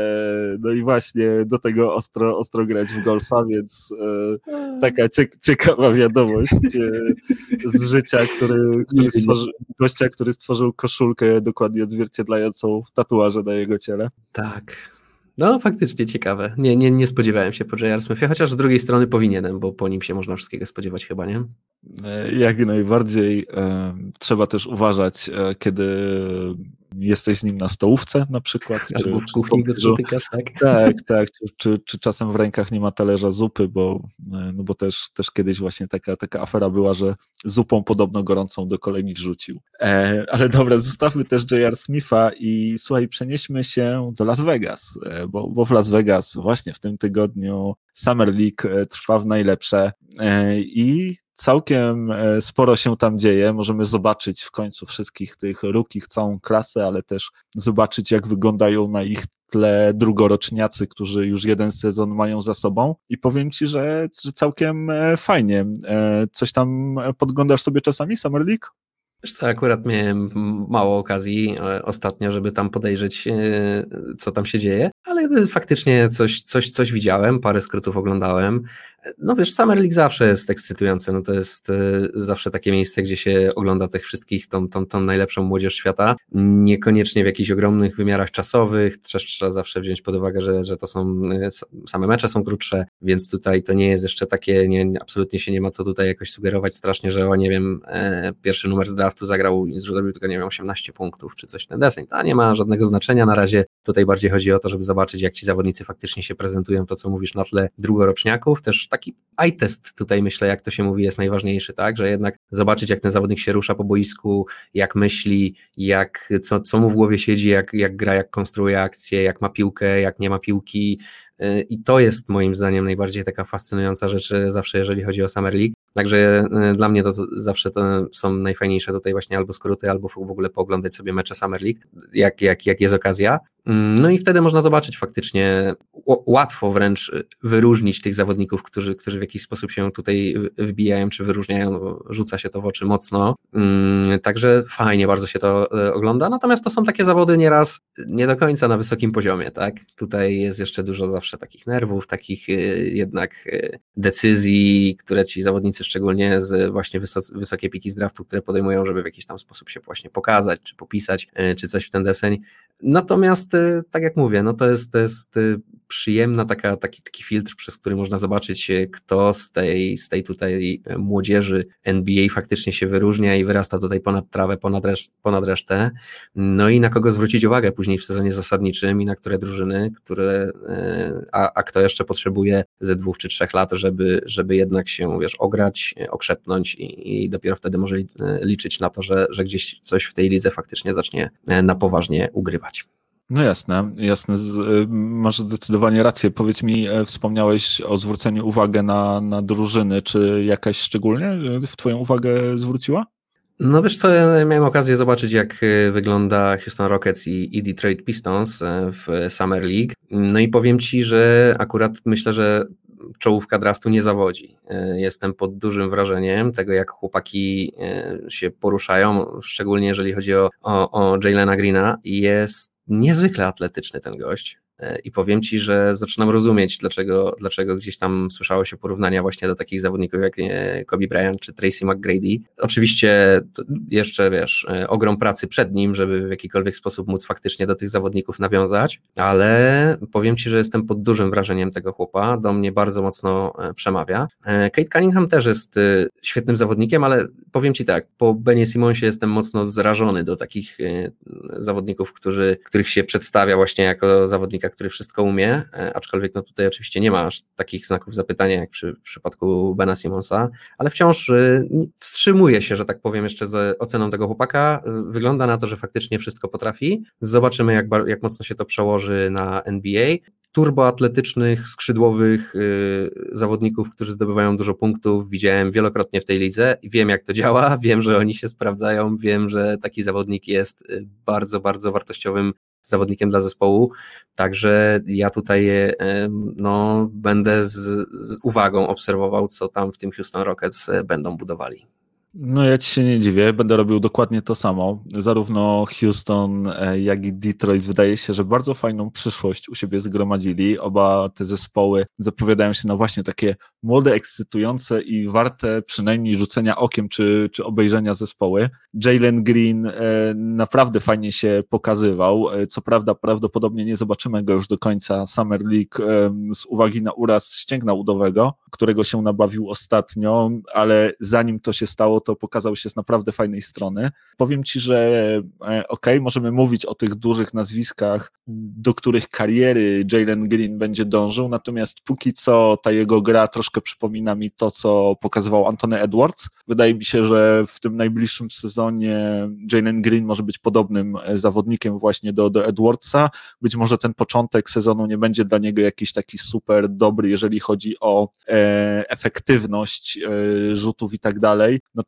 no i właśnie do tego ostro, ostro grać w golfa, więc taka ciekawa wiadomość z życia, który, który stworzy, gościa, który stworzył koszulkę dokładnie odzwierciedlającą tatuaże na jego ciele. Tak. No faktycznie ciekawe. Nie, nie, nie spodziewałem się po J R. Smithie, chociaż z drugiej strony powinienem, bo po nim się można wszystkiego spodziewać chyba, nie? Jak najbardziej. Trzeba też uważać, kiedy jesteś z nim na stołówce na przykład. Albo czy, w kuchni go spotykasz, tak? Tak, tak. Czy, czy, czy czasem w rękach nie ma talerza zupy, bo, no bo też, też kiedyś właśnie taka, taka afera była, że zupą podobno gorącą do kolegi rzucił. E, ale dobra, zostawmy też J R. Smitha i słuchaj, przenieśmy się do Las Vegas, bo, bo w Las Vegas właśnie w tym tygodniu Summer League trwa w najlepsze e, i całkiem sporo się tam dzieje, możemy zobaczyć w końcu wszystkich tych rookich, całą klasę, ale też zobaczyć jak wyglądają na ich tle drugoroczniacy, którzy już jeden sezon mają za sobą i powiem Ci, że, że całkiem fajnie. Coś tam podglądasz sobie czasami, Summer League? Wiesz co, akurat miałem mało okazji ostatnio, żeby tam podejrzeć, co tam się dzieje, ale faktycznie coś, coś, coś widziałem, parę skrótów oglądałem. No wiesz, Summer League zawsze jest ekscytujące, no to jest zawsze takie miejsce, gdzie się ogląda tych wszystkich, tą, tą, tą najlepszą młodzież świata, niekoniecznie w jakichś ogromnych wymiarach czasowych, też trzeba zawsze wziąć pod uwagę, że, że to są, same mecze są krótsze, więc tutaj to nie jest jeszcze takie, nie, absolutnie się nie ma co tutaj jakoś sugerować strasznie, że o nie wiem, pierwszy numer z draftu zagrał i zrobił tylko nie wiem, osiemnaście punktów czy coś ten deseń, to nie ma żadnego znaczenia na razie, tutaj bardziej chodzi o to, żeby zobaczyć jak ci zawodnicy faktycznie się prezentują, to co mówisz na tle drugoroczniaków, też taki eye test tutaj myślę, jak to się mówi, jest najważniejszy, tak, że jednak zobaczyć jak ten zawodnik się rusza po boisku, jak myśli, jak, co, co mu w głowie siedzi, jak, jak gra, jak konstruuje akcje, jak ma piłkę, jak nie ma piłki i to jest moim zdaniem najbardziej taka fascynująca rzecz zawsze, jeżeli chodzi o Summer League. Także dla mnie to zawsze to są najfajniejsze tutaj właśnie albo skróty, albo w ogóle pooglądać sobie mecze Summer League, jak, jak, jak jest okazja. No i wtedy można zobaczyć faktycznie, łatwo wręcz wyróżnić tych zawodników, którzy, którzy w jakiś sposób się tutaj wbijają, czy wyróżniają, rzuca się to w oczy mocno. Także fajnie bardzo się to ogląda, natomiast to są takie zawody nieraz nie do końca na wysokim poziomie, tak? Tutaj jest jeszcze dużo zawsze takich nerwów, takich jednak decyzji, które ci zawodnicy szczególnie z właśnie wysok- wysokie piki z draftu, które podejmują, żeby w jakiś tam sposób się właśnie pokazać, czy popisać, czy coś w ten deseń. Natomiast tak jak mówię, no to jest, to jest przyjemna taka, taki, taki filtr, przez który można zobaczyć, kto z tej, z tej tutaj młodzieży N B A faktycznie się wyróżnia i wyrasta tutaj ponad trawę, ponad, reszt, ponad resztę. No i na kogo zwrócić uwagę później w sezonie zasadniczym i na które drużyny, które, a, a kto jeszcze potrzebuje ze dwóch czy trzech lat, żeby, żeby jednak się, wiesz, ograć, okrzepnąć i, i dopiero wtedy może liczyć na to, że, że gdzieś coś w tej lidze faktycznie zacznie na poważnie ugrywać. No jasne, jasne, masz zdecydowanie rację. Powiedz mi, wspomniałeś o zwróceniu uwagi na, na drużyny, czy jakaś szczególnie w twoją uwagę zwróciła? No wiesz co, ja miałem okazję zobaczyć jak wygląda Houston Rockets i, i Detroit Pistons w Summer League, no i powiem Ci, że akurat myślę, że czołówka draftu nie zawodzi. Jestem pod dużym wrażeniem tego, jak chłopaki się poruszają, szczególnie jeżeli chodzi o, o, o Jaylena Greena. Jest niezwykle atletyczny ten gość. I powiem Ci, że zaczynam rozumieć, dlaczego, dlaczego gdzieś tam słyszało się porównania właśnie do takich zawodników jak Kobe Bryant czy Tracy McGrady. Oczywiście jeszcze, wiesz, ogrom pracy przed nim, żeby w jakikolwiek sposób móc faktycznie do tych zawodników nawiązać, ale powiem Ci, że jestem pod dużym wrażeniem tego chłopa, do mnie bardzo mocno przemawia. Cade Cunningham też jest świetnym zawodnikiem, ale powiem Ci tak, po Benie Simonsie jestem mocno zrażony do takich zawodników, którzy, których się przedstawia właśnie jako zawodnika, który wszystko umie, aczkolwiek no tutaj oczywiście nie ma aż takich znaków zapytania jak przy w przypadku Bena Simonsa, ale wciąż wstrzymuje się, że tak powiem, jeszcze z oceną tego chłopaka. Wygląda na to, że faktycznie wszystko potrafi. Zobaczymy jak, jak mocno się to przełoży na N B A. Turboatletycznych, skrzydłowych yy, zawodników, którzy zdobywają dużo punktów, widziałem wielokrotnie w tej lidze i wiem jak to działa, wiem, że oni się sprawdzają, wiem, że taki zawodnik jest bardzo, bardzo wartościowym zawodnikiem dla zespołu, także ja tutaj no, będę z, z uwagą obserwował, co tam w tym Houston Rockets będą budowali. No ja Ci się nie dziwię, będę robił dokładnie to samo. Zarówno Houston, jak i Detroit wydaje się, że bardzo fajną przyszłość u siebie zgromadzili. Oba te zespoły zapowiadają się na właśnie takie młode, ekscytujące i warte przynajmniej rzucenia okiem czy, czy obejrzenia zespoły. Jaylen Green naprawdę fajnie się pokazywał. Co prawda prawdopodobnie nie zobaczymy go już do końca Summer League z uwagi na uraz ścięgna udowego, którego się nabawił ostatnio, ale zanim to się stało, to pokazał się z naprawdę fajnej strony. Powiem Ci, że okej, okay, możemy mówić o tych dużych nazwiskach, do których kariery Jaylen Green będzie dążył, natomiast póki co ta jego gra troszkę przypomina mi to, co pokazywał Anthony Edwards. Wydaje mi się, że w tym najbliższym sezonie Jaylen Green może być podobnym zawodnikiem właśnie do, do Edwardsa. Być może ten początek sezonu nie będzie dla niego jakiś taki super dobry, jeżeli chodzi o e, efektywność e, rzutów i tak dalej. Natomiast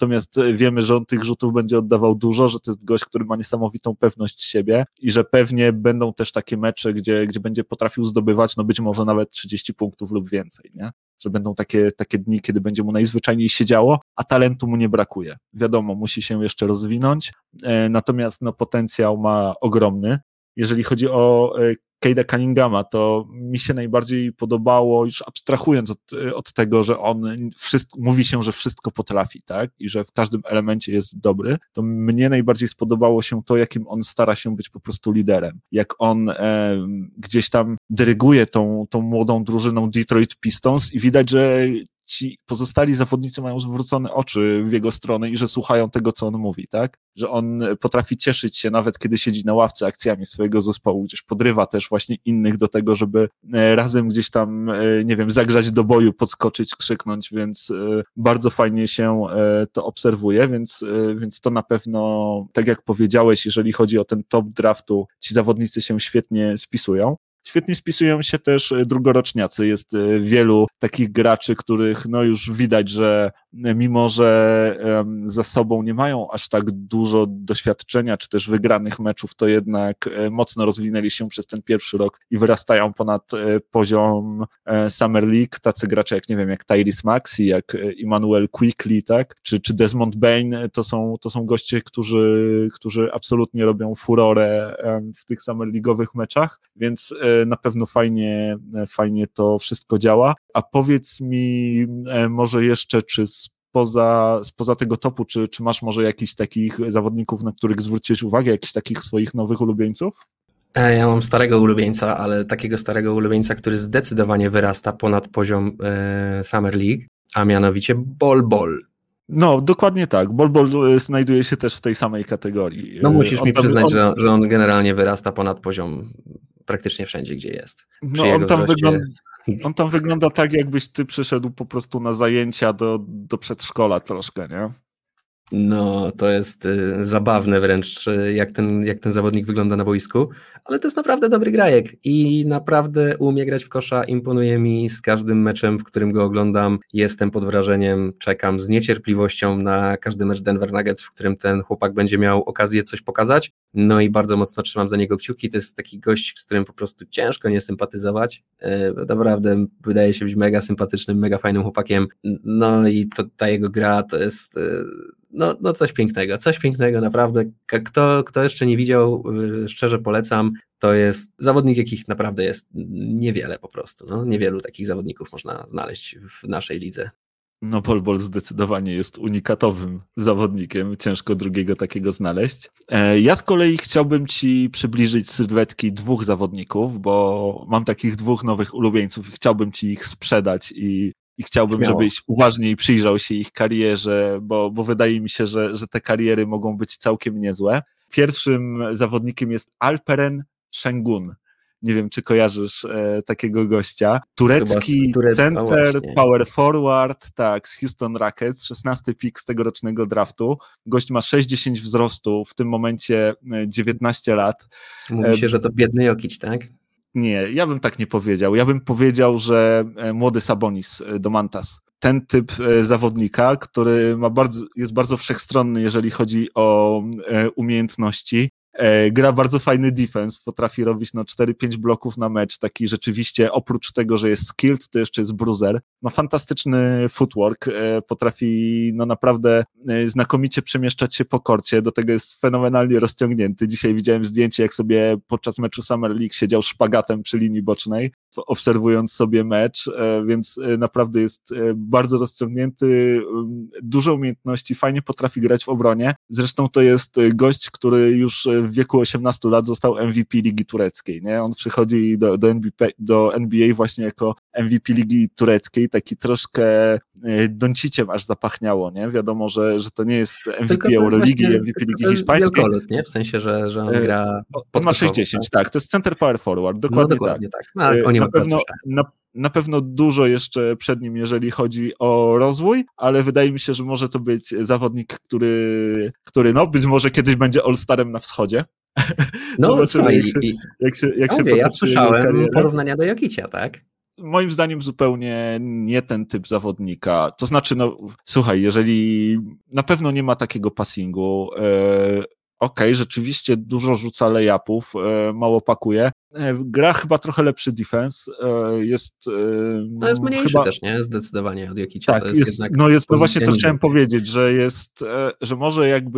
natomiast wiemy, że on tych rzutów będzie oddawał dużo, że to jest gość, który ma niesamowitą pewność siebie i że pewnie będą też takie mecze, gdzie, gdzie będzie potrafił zdobywać, no być może nawet trzydzieści punktów lub więcej, nie? Że będą takie, takie dni, kiedy będzie mu najzwyczajniej się działo, a talentu mu nie brakuje. Wiadomo, musi się jeszcze rozwinąć, natomiast no, potencjał ma ogromny. Jeżeli chodzi o Cade'a Cunninghama, to mi się najbardziej podobało, już abstrahując od, od tego, że on wszystko, mówi się, że wszystko potrafi, tak, i że w każdym elemencie jest dobry, to mnie najbardziej spodobało się to, jakim on stara się być po prostu liderem, jak on e, gdzieś tam dyryguje tą, tą młodą drużyną Detroit Pistons i widać, że ci pozostali zawodnicy mają zwrócone oczy w jego stronę i że słuchają tego, co on mówi, tak? Że on potrafi cieszyć się, nawet kiedy siedzi na ławce, akcjami swojego zespołu, gdzieś podrywa też właśnie innych do tego, żeby razem gdzieś tam, nie wiem, zagrzać do boju, podskoczyć, krzyknąć, więc bardzo fajnie się to obserwuje, więc, więc to na pewno, tak jak powiedziałeś, jeżeli chodzi o ten top draftu, ci zawodnicy się świetnie spisują. Świetnie spisują się też drugoroczniacy. Jest wielu takich graczy, których no już widać, że mimo, że za sobą nie mają aż tak dużo doświadczenia, czy też wygranych meczów, to jednak mocno rozwinęli się przez ten pierwszy rok i wyrastają ponad poziom Summer League. Tacy gracze jak, nie wiem, jak Tyrese Maxey, jak Immanuel Quickley, tak? Czy, czy Desmond Bane, to są, to są goście, którzy, którzy absolutnie robią furorę w tych Summer League'owych meczach, więc na pewno fajnie, fajnie to wszystko działa. A powiedz mi może jeszcze, czy spoza, spoza tego topu, czy, czy masz może jakichś takich zawodników, na których zwróciłeś uwagę, jakichś takich swoich nowych ulubieńców? Ja mam starego ulubieńca, ale takiego starego ulubieńca, który zdecydowanie wyrasta ponad poziom e, Summer League, a mianowicie Bol Bol. No, dokładnie tak. Bol Bol znajduje się też w tej samej kategorii. No musisz on mi tam, przyznać, on... że, że on generalnie wyrasta ponad poziom praktycznie wszędzie, gdzie jest. No, on tam, wygląda, on tam wygląda tak, jakbyś ty przyszedł po prostu na zajęcia do, do przedszkola troszkę, nie? No, to jest y, zabawne wręcz, y, jak ten, jak ten zawodnik wygląda na boisku, ale to jest naprawdę dobry grajek i naprawdę umie grać w kosza, imponuje mi z każdym meczem, w którym go oglądam, jestem pod wrażeniem, czekam z niecierpliwością na każdy mecz Denver Nuggets, w którym ten chłopak będzie miał okazję coś pokazać, no i bardzo mocno trzymam za niego kciuki, to jest taki gość, z którym po prostu ciężko nie sympatyzować, y, naprawdę wydaje się być mega sympatycznym, mega fajnym chłopakiem, no i to, ta jego gra to jest... Y, No, no coś pięknego, coś pięknego naprawdę. Kto, kto jeszcze nie widział, szczerze polecam, to jest zawodnik, jakich naprawdę jest niewiele po prostu. No, niewielu takich zawodników można znaleźć w naszej lidze. No, Bol Bol zdecydowanie jest unikatowym zawodnikiem, ciężko drugiego takiego znaleźć. Ja z kolei chciałbym ci przybliżyć sylwetki dwóch zawodników, bo mam takich dwóch nowych ulubieńców i chciałbym ci ich sprzedać i I chciałbym, Śmiało. żebyś uważniej przyjrzał się ich karierze, bo, bo wydaje mi się, że, że te kariery mogą być całkiem niezłe. Pierwszym zawodnikiem jest Alperen Şengün. Nie wiem, czy kojarzysz e, takiego gościa. Turecki center, power forward, tak, z Houston Rockets, szesnasty pik z tegorocznego draftu. Gość ma sześć dziesięć wzrostu, w tym momencie dziewiętnaście lat. Mówi się, e, że to biedny Jokic, tak? Nie, ja bym tak nie powiedział. Ja bym powiedział, że młody Sabonis Domantas. Ten typ zawodnika, który ma bardzo, jest bardzo wszechstronny, jeżeli chodzi o umiejętności. Gra bardzo fajny defense, potrafi robić no cztery pięć bloków na mecz, taki rzeczywiście oprócz tego, że jest skilled, to jeszcze jest bruiser. No fantastyczny footwork, potrafi no naprawdę znakomicie przemieszczać się po korcie, do tego jest fenomenalnie rozciągnięty. Dzisiaj widziałem zdjęcie, jak sobie podczas meczu Summer League siedział szpagatem przy linii bocznej, obserwując sobie mecz, więc naprawdę jest bardzo rozciągnięty, dużo umiejętności, fajnie potrafi grać w obronie. Zresztą to jest gość, który już w wieku osiemnastu lat został M V P Ligi Tureckiej, nie? On przychodzi do, do, N B A, do N B A właśnie jako M V P Ligi Tureckiej, taki troszkę Donciciem aż zapachniało, nie? Wiadomo, że, że to nie jest M V P Euroligi, M V P Ligi Hiszpańskiej. Nie? W sensie, że, że on gra... On ma sześć dziesięć, tak? tak, to jest center power forward, dokładnie, no, dokładnie tak. tak. No, o na, pewno, na, na pewno dużo jeszcze przed nim, jeżeli chodzi o rozwój, ale wydaje mi się, że może to być zawodnik, który, który no być może kiedyś będzie All-Starem na wschodzie. No, zobaczymy, co, jak się, i, jak się, jak ja się mówię, ja słyszałem porównania do Jokicia, tak? moim zdaniem zupełnie nie ten typ zawodnika. To znaczy, no słuchaj, jeżeli na pewno nie ma takiego passingu, e, okej, okay, rzeczywiście dużo rzuca layupów, e, mało pakuje. E, gra chyba trochę lepszy defense. E, jest. E, to jest mniejszy chyba... też, nie? Zdecydowanie od Jokicia. Tak, to jest, jest, jednak no jest, no właśnie to niżej. chciałem powiedzieć, że jest, e, że może jakby,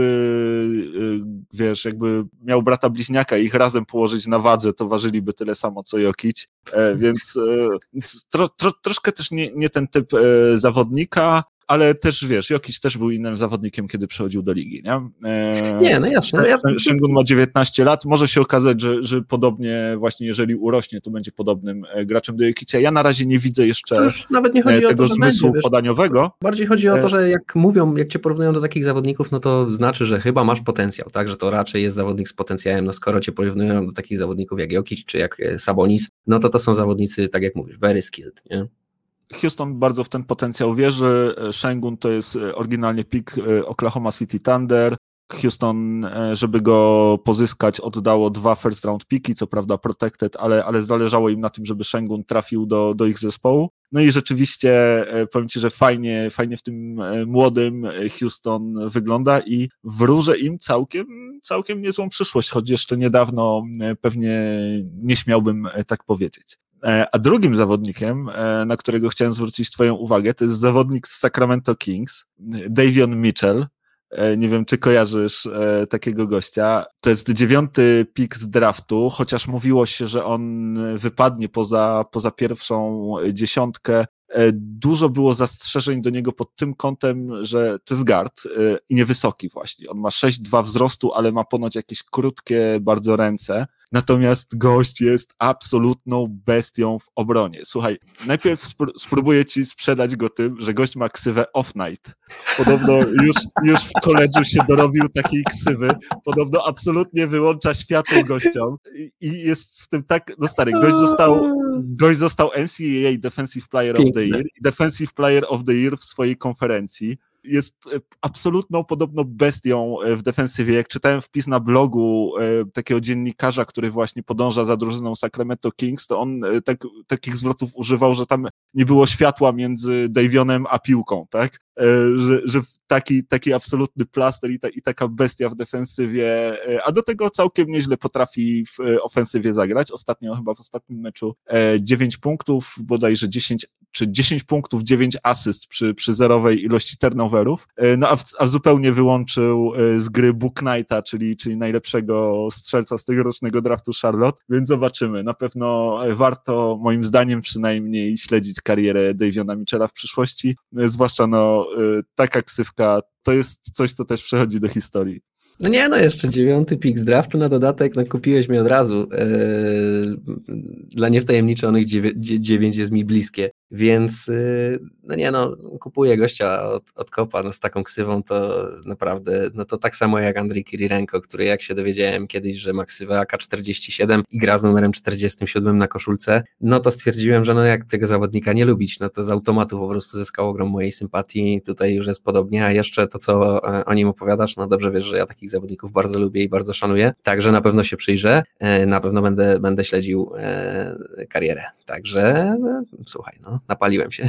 e, wiesz, jakby miał brata bliźniaka i ich razem położyć na wadze, to ważyliby tyle samo co Jokic, e, więc e, tro, tro, troszkę też nie, nie ten typ e, zawodnika. Ale też, wiesz, Jokic też był innym zawodnikiem, kiedy przychodził do ligi, nie? Eee, nie, no jasne. Ja... Sengun ma dziewiętnaście lat, może się okazać, że, że podobnie właśnie, jeżeli urośnie, to będzie podobnym graczem do Jokicia. Ja na razie nie widzę jeszcze już nawet nie chodzi tego o to, zmysłu będzie, podaniowego. Wiesz, bardziej chodzi o to, że jak mówią, jak cię porównują do takich zawodników, no to znaczy, że chyba masz potencjał, tak? Że to raczej jest zawodnik z potencjałem. No skoro cię porównują do takich zawodników jak Jokic czy jak Sabonis, no to to są zawodnicy, tak jak mówisz, very skilled, nie? Houston bardzo w ten potencjał wierzy. Sengun to jest oryginalnie pick Oklahoma City Thunder. Houston, żeby go pozyskać, oddało dwa first round piki, co prawda protected, ale, ale zależało im na tym, żeby Sengun trafił do, do ich zespołu. No i rzeczywiście powiem Ci, że fajnie, fajnie w tym młodym Houston wygląda i wróżę im całkiem, całkiem niezłą przyszłość, choć jeszcze niedawno pewnie nie śmiałbym tak powiedzieć. A drugim zawodnikiem, na którego chciałem zwrócić Twoją uwagę, to jest zawodnik z Sacramento Kings, Davion Mitchell. Nie wiem, czy kojarzysz takiego gościa. To jest dziewiąty pik z draftu, chociaż mówiło się, że on wypadnie poza, poza pierwszą dziesiątkę. Dużo było zastrzeżeń do niego pod tym kątem, że to jest guard i niewysoki właśnie. On ma sześć dwa wzrostu, ale ma ponoć jakieś krótkie bardzo ręce. Natomiast gość jest absolutną bestią w obronie. Słuchaj, najpierw spró- spróbuję ci sprzedać go tym, że gość ma ksywę Off-Night. Podobno już, już w koledżu się dorobił takiej ksywy. Podobno absolutnie wyłącza światło gościom i, i jest w tym tak, no stary, gość został, gość został N C A A Defensive Player of the Year i Defensive Player of the Year w swojej konferencji. Jest absolutną podobno bestią w defensywie. Jak czytałem wpis na blogu e, takiego dziennikarza, który właśnie podąża za drużyną Sacramento Kings, to on e, tak, takich zwrotów używał, że tam nie było światła między Davionem a piłką, tak? E, że, że taki, taki absolutny plaster i, ta, i taka bestia w defensywie, e, a do tego całkiem nieźle potrafi w e, ofensywie zagrać. Ostatnio chyba w ostatnim meczu e, dziewięć punktów, bodajże dziesięć czy dziesięć punktów, dziewięć asyst przy, przy zerowej ilości turnoverów, no a, w, a zupełnie wyłączył z gry Book Knighta, czyli, czyli najlepszego strzelca z tegorocznego draftu Charlotte, więc zobaczymy. Na pewno warto, moim zdaniem przynajmniej, śledzić karierę Daviona Mitchella w przyszłości, zwłaszcza no taka ksywka, to jest coś, co też przechodzi do historii. No nie, no jeszcze dziewiąty pik z draftu na dodatek, no kupiłeś mi od razu. Eee, dla niewtajemniczonych dziewięć jest mi bliskie, więc yy, no nie no, kupuję gościa od, od kopa, no z taką ksywą to naprawdę, no to tak samo jak Andrzej Kirilenko, który jak się dowiedziałem kiedyś, że ma ksywę A K czterdzieści siedem i gra z numerem czterdziestym siódmym na koszulce, no to stwierdziłem, że no jak tego zawodnika nie lubić, no to z automatu po prostu zyskał ogrom mojej sympatii, tutaj już jest podobnie, a jeszcze to co o nim opowiadasz, no dobrze wiesz, że ja takich zawodników bardzo lubię i bardzo szanuję, także na pewno się przyjrzę, na pewno będę, będę śledził karierę, także no, słuchaj, no napaliłem się.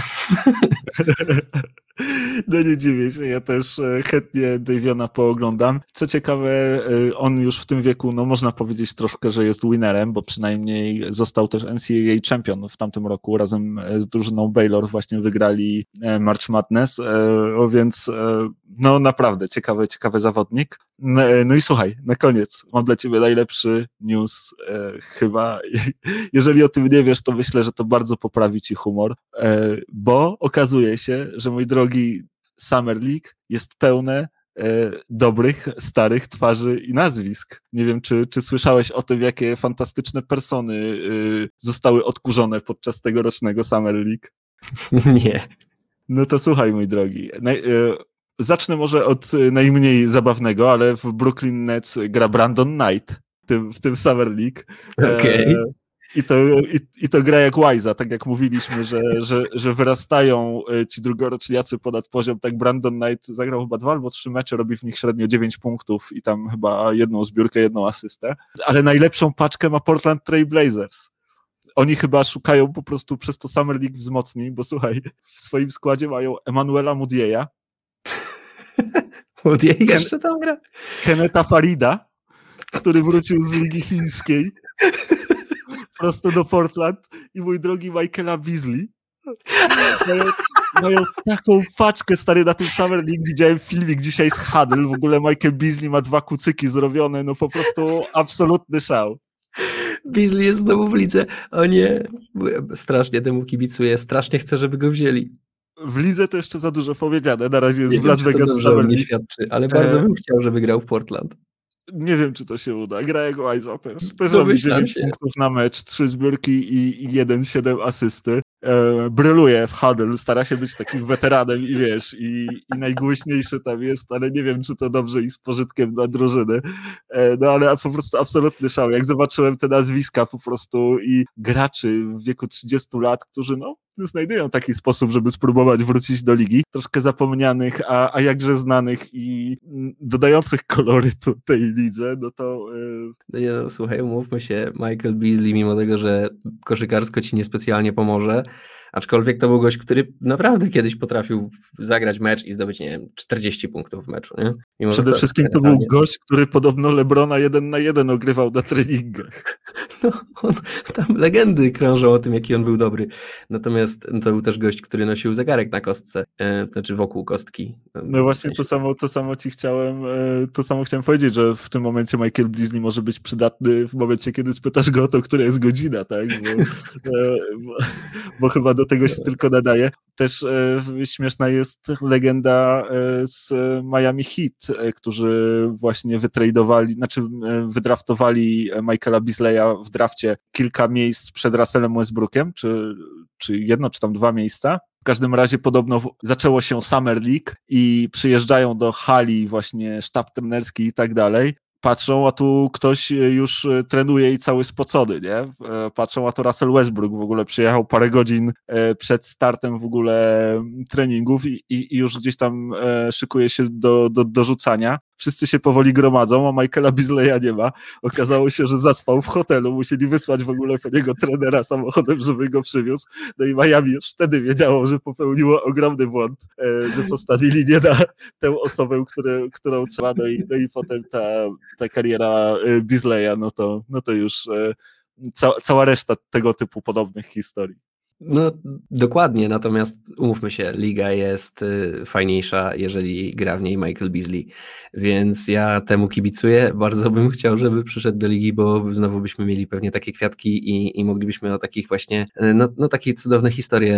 No nie dziwię się, ja też chętnie Daviona pooglądam. Co ciekawe, on już w tym wieku, no można powiedzieć troszkę, że jest winnerem, bo przynajmniej został też N C A A champion w tamtym roku, razem z drużyną Baylor właśnie wygrali March Madness, więc no naprawdę ciekawy, ciekawy zawodnik. No i słuchaj, na koniec mam dla ciebie najlepszy news chyba. Jeżeli o tym nie wiesz, to myślę, że to bardzo poprawi ci humor, bo okazuje się, że mój drogi Summer League jest pełne e, dobrych, starych twarzy i nazwisk. Nie wiem, czy, czy słyszałeś o tym, jakie fantastyczne persony e, zostały odkurzone podczas tegorocznego Summer League? Nie. No to słuchaj, mój drogi. Naj, e, zacznę może od najmniej zabawnego, ale w Brooklyn Nets gra Brandon Knight w tym, w tym Summer League. Okej. Okay. I to, i, I to gra jak Wise'a, tak jak mówiliśmy, że, że, że wyrastają ci drugoroczniacy ponad poziom, tak Brandon Knight zagrał chyba dwa albo trzy mecze, robi w nich średnio dziewięć punktów i tam chyba jedną zbiórkę, jedną asystę, ale najlepszą paczkę ma Portland Trail Blazers. oni chyba szukają po prostu przez to Summer League wzmocnień, bo słuchaj, w swoim składzie mają Emanuela Mudieja, Mudiay jeszcze tam gra? Keneta Farida, który wrócił z Ligi Chińskiej prosto do Portland, i mój drogi Michaela Beasley. Mają, mają taką paczkę, stary, na tym Summer League. Widziałem filmik dzisiaj z Huddle, w ogóle Michael Beasley ma dwa kucyki zrobione, no po prostu absolutny szał. Beasley jest znowu w lidze. O nie, strasznie temu kibicuję, strasznie chcę, żeby go wzięli. W lidze to jeszcze za dużo powiedziane, na razie jest Nie w Las Vegas dobrze Summer nie League. świadczy, ale bardzo bym chciał, żeby grał w Portland. Nie wiem, czy to się uda. Gra jego Aiza też. Też No robi dziewięć punktów na mecz, trzy zbiórki i, i jeden siedem asysty. E, bryluje w Huddle, stara się być takim weteranem i wiesz, i, i najgłośniejszy tam jest, ale nie wiem, czy to dobrze i z pożytkiem dla drużyny. E, no ale po prostu absolutny szał. Jak zobaczyłem te nazwiska po prostu i graczy w wieku trzydziestu lat, którzy no znajdują taki sposób, żeby spróbować wrócić do ligi, troszkę zapomnianych, a, a jakże znanych i dodających kolorytu tej lidze, no to... Yy... No nie, no, słuchaj, umówmy się, Michael Beasley, mimo tego, że koszykarsko ci niespecjalnie pomoże, aczkolwiek to był gość, który naprawdę kiedyś potrafił zagrać mecz i zdobyć, nie wiem, czterdzieści punktów w meczu, nie? Mimo Przede to, wszystkim to był gość, który podobno LeBrona jeden na jeden ogrywał na treningach. No, on, tam legendy krążą o tym, jaki on był dobry. Natomiast to był też gość, który nosił zegarek na kostce, e, znaczy wokół kostki. No właśnie to samo, to samo ci chciałem, e, to samo chciałem powiedzieć, że w tym momencie Michael Beasley może być przydatny w momencie, kiedy spytasz go o to, która jest godzina, tak? Bo, e, bo, bo chyba do tego się tylko nadaje. Też e, śmieszna jest legenda e, z Miami Heat, e, którzy właśnie wytradowali, znaczy e, wydraftowali Michaela Beasleya w drafcie kilka miejsc przed Russellem Westbrookiem, czy, czy jedno, czy tam dwa miejsca. W każdym razie podobno zaczęło się Summer League i przyjeżdżają do hali właśnie sztab trenerski i tak dalej. Patrzą, a tu ktoś już trenuje i cały spocony, nie? Patrzą, a to Russell Westbrook w ogóle przyjechał parę godzin przed startem w ogóle treningów i, i, i już gdzieś tam szykuje się do, do, do rzucania. Wszyscy się powoli gromadzą, a Michaela Beasleya nie ma. Okazało się, że zaspał w hotelu, musieli wysłać w ogóle po niego trenera samochodem, żeby go przywiózł. No i Miami już wtedy wiedziało, że popełniło ogromny błąd, że postawili nie na tę osobę, które, którą trzeba, no i, no i potem ta, ta kariera Beasleya, no to, no to już ca, cała reszta tego typu podobnych historii. No dokładnie, natomiast umówmy się, liga jest y, fajniejsza, jeżeli gra w niej Michael Beasley, więc ja temu kibicuję, bardzo bym chciał, żeby przyszedł do ligi, bo znowu byśmy mieli pewnie takie kwiatki i, i moglibyśmy o takich właśnie, y, no, no takie cudowne historie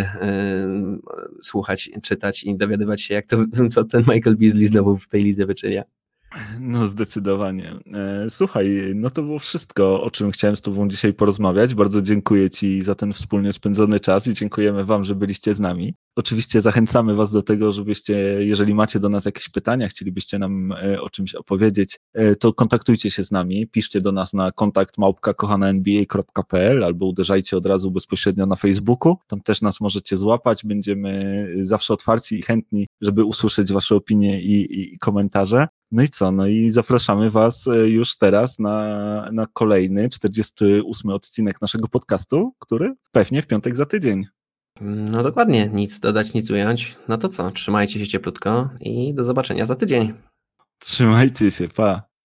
y, słuchać, czytać i dowiadywać się, jak to, co ten Michael Beasley znowu w tej lidze wyczynia. No zdecydowanie. Słuchaj, no to było wszystko, o czym chciałem z Tobą dzisiaj porozmawiać. Bardzo dziękuję Ci za ten wspólnie spędzony czas i dziękujemy Wam, że byliście z nami. Oczywiście zachęcamy Was do tego, żebyście, jeżeli macie do nas jakieś pytania, chcielibyście nam o czymś opowiedzieć, to kontaktujcie się z nami, piszcie do nas na kontakt małpka kochana N B A kropka p l albo uderzajcie od razu bezpośrednio na Facebooku, tam też nas możecie złapać, będziemy zawsze otwarci i chętni, żeby usłyszeć Wasze opinie i, i, i komentarze. No i co? No i zapraszamy Was już teraz na, na kolejny, czterdziesty ósmy odcinek naszego podcastu, który pewnie w piątek za tydzień. No dokładnie, nic dodać, nic ująć. No to co, trzymajcie się cieplutko i do zobaczenia za tydzień. Trzymajcie się, pa!